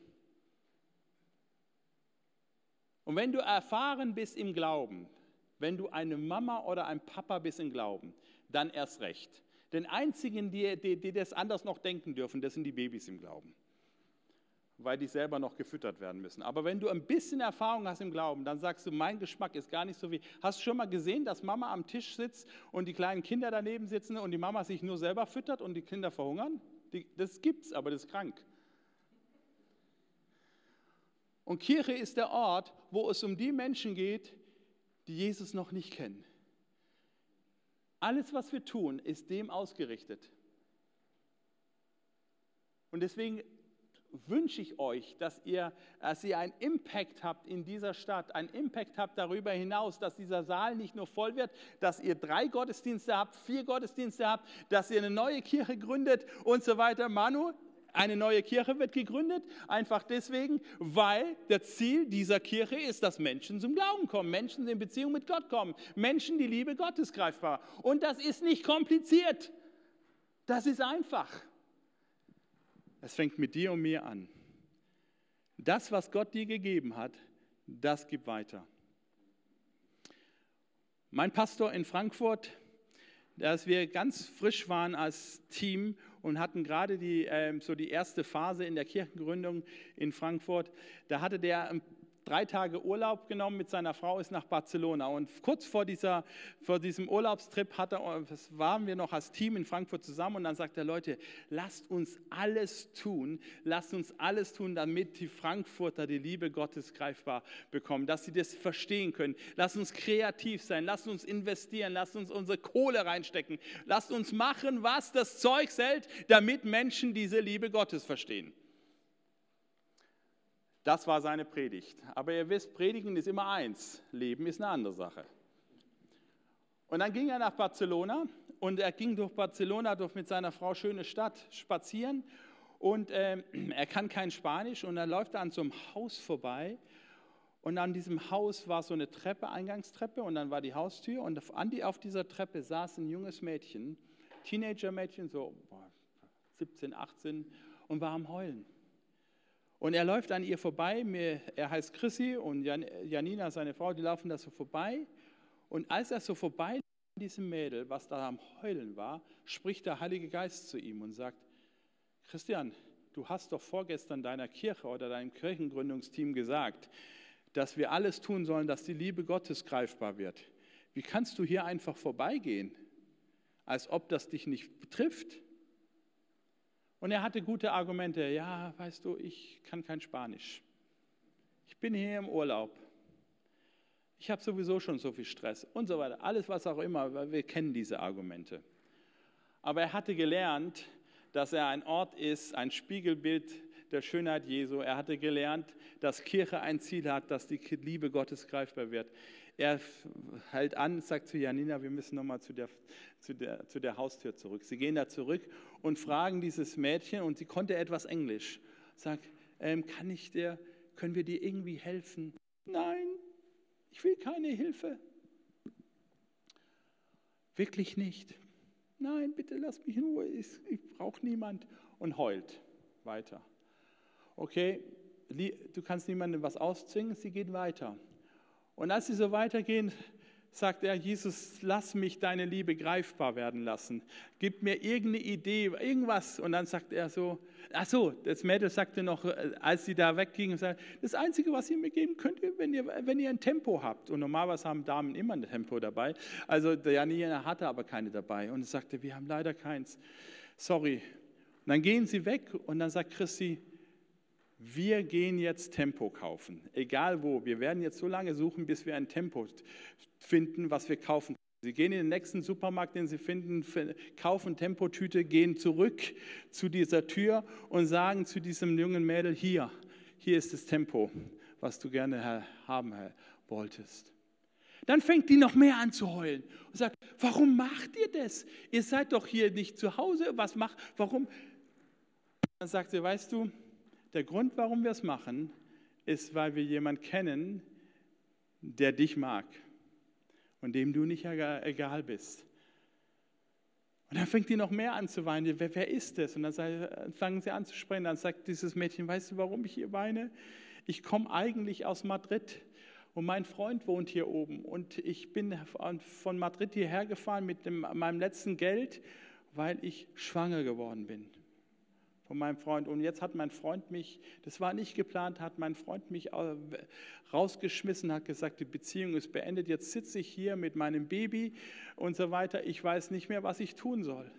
Und wenn du erfahren bist im Glauben, wenn du eine Mama oder ein Papa bist im Glauben, dann erst recht. Den einzigen, die, die, die das anders noch denken dürfen, das sind die Babys im Glauben. Weil die selber noch gefüttert werden müssen. Aber wenn du ein bisschen Erfahrung hast im Glauben, dann sagst du, mein Geschmack ist gar nicht so wie... Hast du schon mal gesehen, dass Mama am Tisch sitzt und die kleinen Kinder daneben sitzen und die Mama sich nur selber füttert und die Kinder verhungern? Die, das gibt's, aber das ist krank. Und Kirche ist der Ort, wo es um die Menschen geht, die Jesus noch nicht kennen. Alles, was wir tun, ist dem ausgerichtet. Und deswegen wünsche ich euch, dass ihr, dass ihr einen Impact habt in dieser Stadt, einen Impact habt darüber hinaus, dass dieser Saal nicht nur voll wird, dass ihr drei Gottesdienste habt, vier Gottesdienste habt, dass ihr eine neue Kirche gründet und so weiter. Manu, eine neue Kirche wird gegründet, einfach deswegen, weil das Ziel dieser Kirche ist, dass Menschen zum Glauben kommen, Menschen in Beziehung mit Gott kommen, Menschen die Liebe Gottes greifbar. Und das ist nicht kompliziert, das ist einfach. Es fängt mit dir und mir an. Das, was Gott dir gegeben hat, das gibt weiter. Mein Pastor in Frankfurt, als wir ganz frisch waren als Team und hatten gerade die, äh, so die erste Phase in der Kirchengründung in Frankfurt, da hatte der drei Tage Urlaub genommen mit seiner Frau, ist nach Barcelona. Und kurz vor, dieser, vor diesem Urlaubstrip hat er, das waren wir noch als Team in Frankfurt zusammen und dann sagt er, Leute, lasst uns alles tun, lasst uns alles tun, damit die Frankfurter die Liebe Gottes greifbar bekommen, dass sie das verstehen können. Lasst uns kreativ sein, lasst uns investieren, lasst uns unsere Kohle reinstecken, lasst uns machen, was das Zeug hält, damit Menschen diese Liebe Gottes verstehen. Das war seine Predigt. Aber ihr wisst, Predigen ist immer eins, Leben ist eine andere Sache. Und dann ging er nach Barcelona und er ging durch Barcelona, durch mit seiner Frau schöne Stadt spazieren und äh, er kann kein Spanisch und er läuft an so einem Haus vorbei und an diesem Haus war so eine Treppe, Eingangstreppe und dann war die Haustür und an die, auf dieser Treppe saß ein junges Mädchen, Teenager-Mädchen, so siebzehn, achtzehn und war am Heulen. Und er läuft an ihr vorbei, er heißt Chrissy und Janina, seine Frau, die laufen da so vorbei. Und als er so vorbei an diesem Mädel, was da am Heulen war, spricht der Heilige Geist zu ihm und sagt, Christian, du hast doch vorgestern deiner Kirche oder deinem Kirchengründungsteam gesagt, dass wir alles tun sollen, dass die Liebe Gottes greifbar wird. Wie kannst du hier einfach vorbeigehen, als ob das dich nicht betrifft? Und er hatte gute Argumente. Ja, weißt du, ich kann kein Spanisch. Ich bin hier im Urlaub. Ich habe sowieso schon so viel Stress und so weiter. Alles, was auch immer, weil wir kennen diese Argumente. Aber er hatte gelernt, dass er ein Ort ist, ein Spiegelbild der Schönheit Jesu. Er hatte gelernt, dass Kirche ein Ziel hat, dass die Liebe Gottes greifbar wird. Er hält an, sagt zu Janina, wir müssen nochmal zu der, zu, der, zu der Haustür zurück. Sie gehen da zurück und fragen dieses Mädchen, und sie konnte etwas Englisch. Sagt, ähm, kann ich dir, können wir dir irgendwie helfen? Nein, ich will keine Hilfe. Wirklich nicht. Nein, bitte lass mich in Ruhe, ich, ich brauche niemand. Und heult weiter. Okay, du kannst niemandem was auszwingen, sie geht weiter. Und als sie so weitergehen, sagt er, Jesus, lass mich deine Liebe greifbar werden lassen. Gib mir irgendeine Idee, irgendwas. Und dann sagt er so, ach so, das Mädel sagte noch, als sie da wegging, sagt, das Einzige, was ihr mir geben könnt, wenn ihr, wenn ihr ein Tempo habt. Und normalerweise haben Damen immer ein Tempo dabei. Also der Janina hatte aber keine dabei. Und er sagte, wir haben leider keins. Sorry. Und dann gehen sie weg und dann sagt Christi, wir gehen jetzt Tempo kaufen, egal wo. Wir werden jetzt so lange suchen, bis wir ein Tempo finden, was wir kaufen. Sie gehen in den nächsten Supermarkt, den Sie finden, kaufen Tempotüte, gehen zurück zu dieser Tür und sagen zu diesem jungen Mädel, hier, hier ist das Tempo, was du gerne haben wolltest. Dann fängt die noch mehr an zu heulen und sagt, warum macht ihr das? Ihr seid doch hier nicht zu Hause, was macht, warum? Dann sagt sie, weißt du, der Grund, warum wir es machen, ist, weil wir jemanden kennen, der dich mag und dem du nicht egal bist. Und dann fängt die noch mehr an zu weinen. Wer, wer ist das? Und dann fangen sie an zu sprechen. Dann sagt dieses Mädchen, weißt du, warum ich hier weine? Ich komme eigentlich aus Madrid und mein Freund wohnt hier oben. Und ich bin von Madrid hierher gefahren mit dem, meinem letzten Geld, weil ich schwanger geworden bin. Von meinem Freund. Und jetzt hat mein Freund mich, das war nicht geplant, hat mein Freund mich rausgeschmissen, hat gesagt, die Beziehung ist beendet, jetzt sitze ich hier mit meinem Baby und so weiter. Ich weiß nicht mehr, was ich tun soll.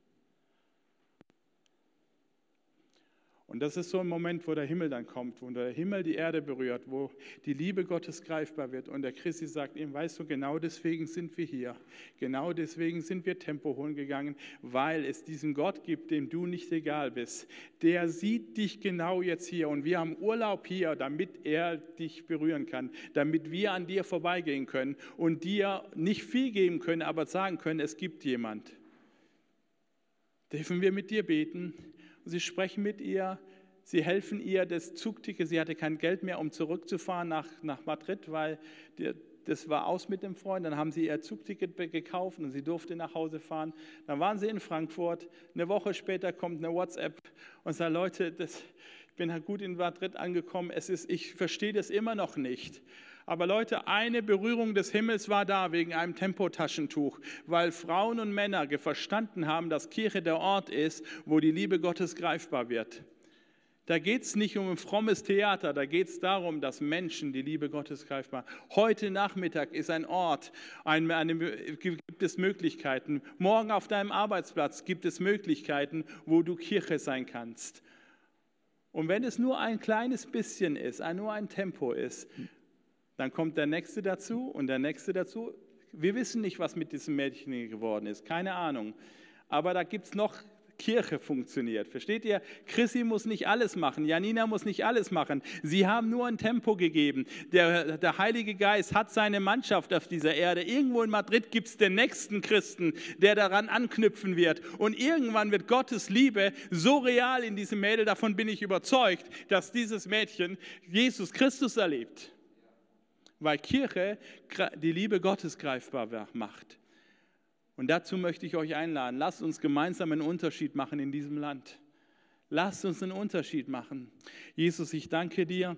Und das ist so ein Moment, wo der Himmel dann kommt, wo der Himmel die Erde berührt, wo die Liebe Gottes greifbar wird. Und der Christi sagt ihm, weißt du, genau deswegen sind wir hier. Genau deswegen sind wir Tempo holen gegangen, weil es diesen Gott gibt, dem du nicht egal bist. Der sieht dich genau jetzt hier und wir haben Urlaub hier, damit er dich berühren kann, damit wir an dir vorbeigehen können und dir nicht viel geben können, aber sagen können, es gibt jemand. Dürfen wir mit dir beten? Und sie sprechen mit ihr, sie helfen ihr das Zugticket, sie hatte kein Geld mehr, um zurückzufahren nach, nach Madrid, weil die, das war aus mit dem Freund. Dann haben sie ihr Zugticket gekauft und sie durfte nach Hause fahren. Dann waren sie in Frankfurt. Eine Woche später kommt eine WhatsApp und sagt, Leute, das, ich bin halt gut in Madrid angekommen, es ist, ich verstehe das immer noch nicht. Aber Leute, eine Berührung des Himmels war da wegen einem Tempotaschentuch, weil Frauen und Männer verstanden haben, dass Kirche der Ort ist, wo die Liebe Gottes greifbar wird. Da geht es nicht um ein frommes Theater, da geht es darum, dass Menschen die Liebe Gottes greifbar machen. Heute Nachmittag ist ein Ort, eine, eine, gibt es Möglichkeiten. Morgen auf deinem Arbeitsplatz gibt es Möglichkeiten, wo du Kirche sein kannst. Und wenn es nur ein kleines bisschen ist, nur ein Tempo ist, dann kommt der Nächste dazu und der Nächste dazu. Wir wissen nicht, was mit diesem Mädchen geworden ist, keine Ahnung. Aber da gibt es noch, Kirche funktioniert. Versteht ihr? Chrissy muss nicht alles machen, Janina muss nicht alles machen. Sie haben nur ein Tempo gegeben. Der, der Heilige Geist hat seine Mannschaft auf dieser Erde. Irgendwo in Madrid gibt es den nächsten Christen, der daran anknüpfen wird. Und irgendwann wird Gottes Liebe so real in diesem Mädel, davon bin ich überzeugt, dass dieses Mädchen Jesus Christus erlebt. Weil Kirche die Liebe Gottes greifbar macht. Und dazu möchte ich euch einladen. Lasst uns gemeinsam einen Unterschied machen in diesem Land. Lasst uns einen Unterschied machen. Jesus, ich danke dir,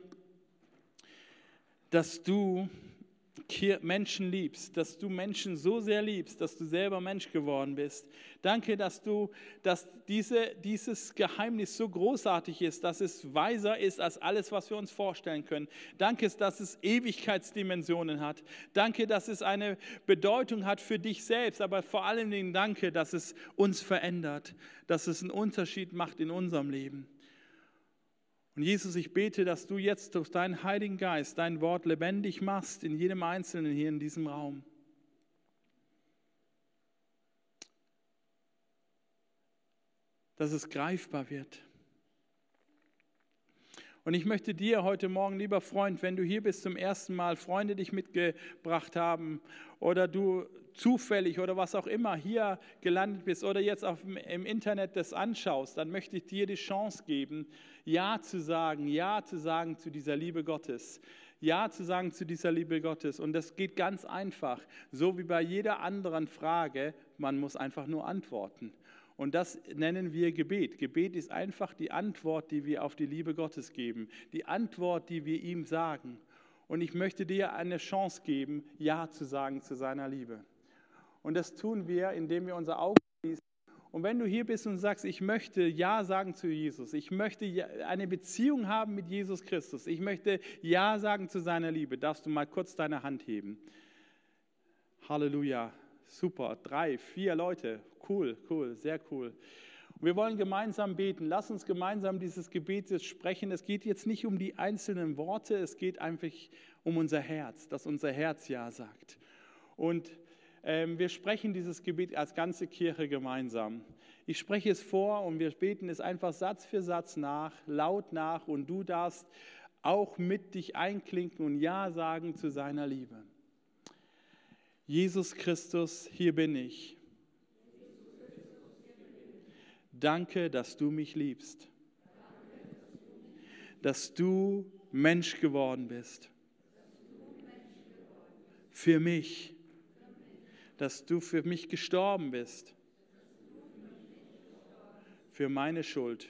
dass du Menschen liebst, dass du Menschen so sehr liebst, dass du selber Mensch geworden bist. Danke, dass du, dass diese, dieses Geheimnis so großartig ist, dass es weiser ist als alles, was wir uns vorstellen können. Danke, dass es Ewigkeitsdimensionen hat. Danke, dass es eine Bedeutung hat für dich selbst, aber vor allen Dingen danke, dass es uns verändert, dass es einen Unterschied macht in unserem Leben. Und Jesus, ich bete, dass du jetzt durch deinen Heiligen Geist dein Wort lebendig machst in jedem Einzelnen hier in diesem Raum. Dass es greifbar wird. Und ich möchte dir heute Morgen, lieber Freund, wenn du hier bist zum ersten Mal, Freunde dich mitgebracht haben oder du zufällig oder was auch immer hier gelandet bist oder jetzt auf, im Internet das anschaust, dann möchte ich dir die Chance geben, Ja zu sagen, Ja zu sagen zu dieser Liebe Gottes. Ja zu sagen zu dieser Liebe Gottes. Und das geht ganz einfach, so wie bei jeder anderen Frage, man muss einfach nur antworten. Und das nennen wir Gebet. Gebet ist einfach die Antwort, die wir auf die Liebe Gottes geben, die Antwort, die wir ihm sagen. Und ich möchte dir eine Chance geben, Ja zu sagen zu seiner Liebe. Und das tun wir, indem wir unser Auge schließen. Und wenn du hier bist und sagst, ich möchte Ja sagen zu Jesus, ich möchte eine Beziehung haben mit Jesus Christus, ich möchte Ja sagen zu seiner Liebe, darfst du mal kurz deine Hand heben. Halleluja, super, drei, vier Leute, cool, cool, sehr cool. Und wir wollen gemeinsam beten, lass uns gemeinsam dieses Gebet jetzt sprechen. Es geht jetzt nicht um die einzelnen Worte, es geht einfach um unser Herz, dass unser Herz Ja sagt. Und ähm, wir sprechen dieses Gebet als ganze Kirche gemeinsam. Ich spreche es vor und wir beten es einfach Satz für Satz nach, laut nach und du darfst auch mit dich einklinken und Ja sagen zu seiner Liebe. Jesus Christus, hier bin ich. Danke, dass du mich liebst, dass du Mensch geworden bist, für mich, dass du für mich gestorben bist, für meine Schuld,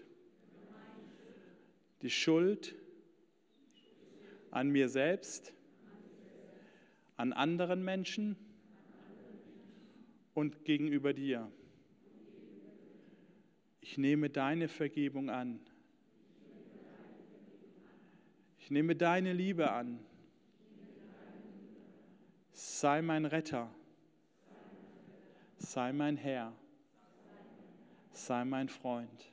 die Schuld an mir selbst, an anderen Menschen und gegenüber dir. Ich nehme deine Vergebung an. Ich nehme deine Liebe an. Sei mein Retter. Sei mein Herr. Sei mein Freund.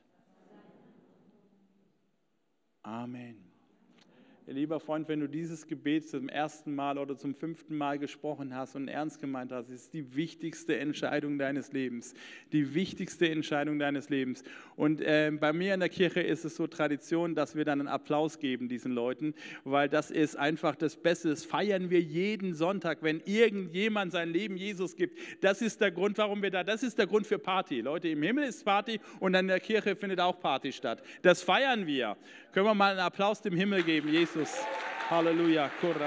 Amen. Lieber Freund, wenn du dieses Gebet zum ersten Mal oder zum fünften Mal gesprochen hast und ernst gemeint hast, ist die wichtigste Entscheidung deines Lebens. Die wichtigste Entscheidung deines Lebens. Und äh, bei mir in der Kirche ist es so Tradition, dass wir dann einen Applaus geben diesen Leuten, weil das ist einfach das Beste. Das feiern wir jeden Sonntag, wenn irgendjemand sein Leben Jesus gibt. Das ist der Grund, warum wir da, das ist der Grund für Party. Leute, im Himmel ist Party und in der Kirche findet auch Party statt. Das feiern wir. Können wir mal einen Applaus dem Himmel geben, Jesus. Halleluja.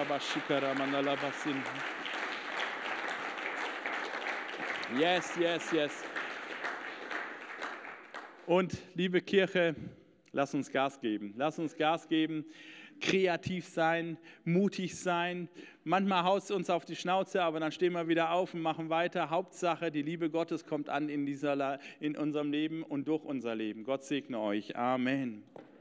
Yes, yes, yes. Und liebe Kirche, lass uns Gas geben. Lass uns Gas geben, kreativ sein, mutig sein. Manchmal haut es uns auf die Schnauze, aber dann stehen wir wieder auf und machen weiter. Hauptsache, die Liebe Gottes kommt an in, dieser, in unserem Leben und durch unser Leben. Gott segne euch. Amen.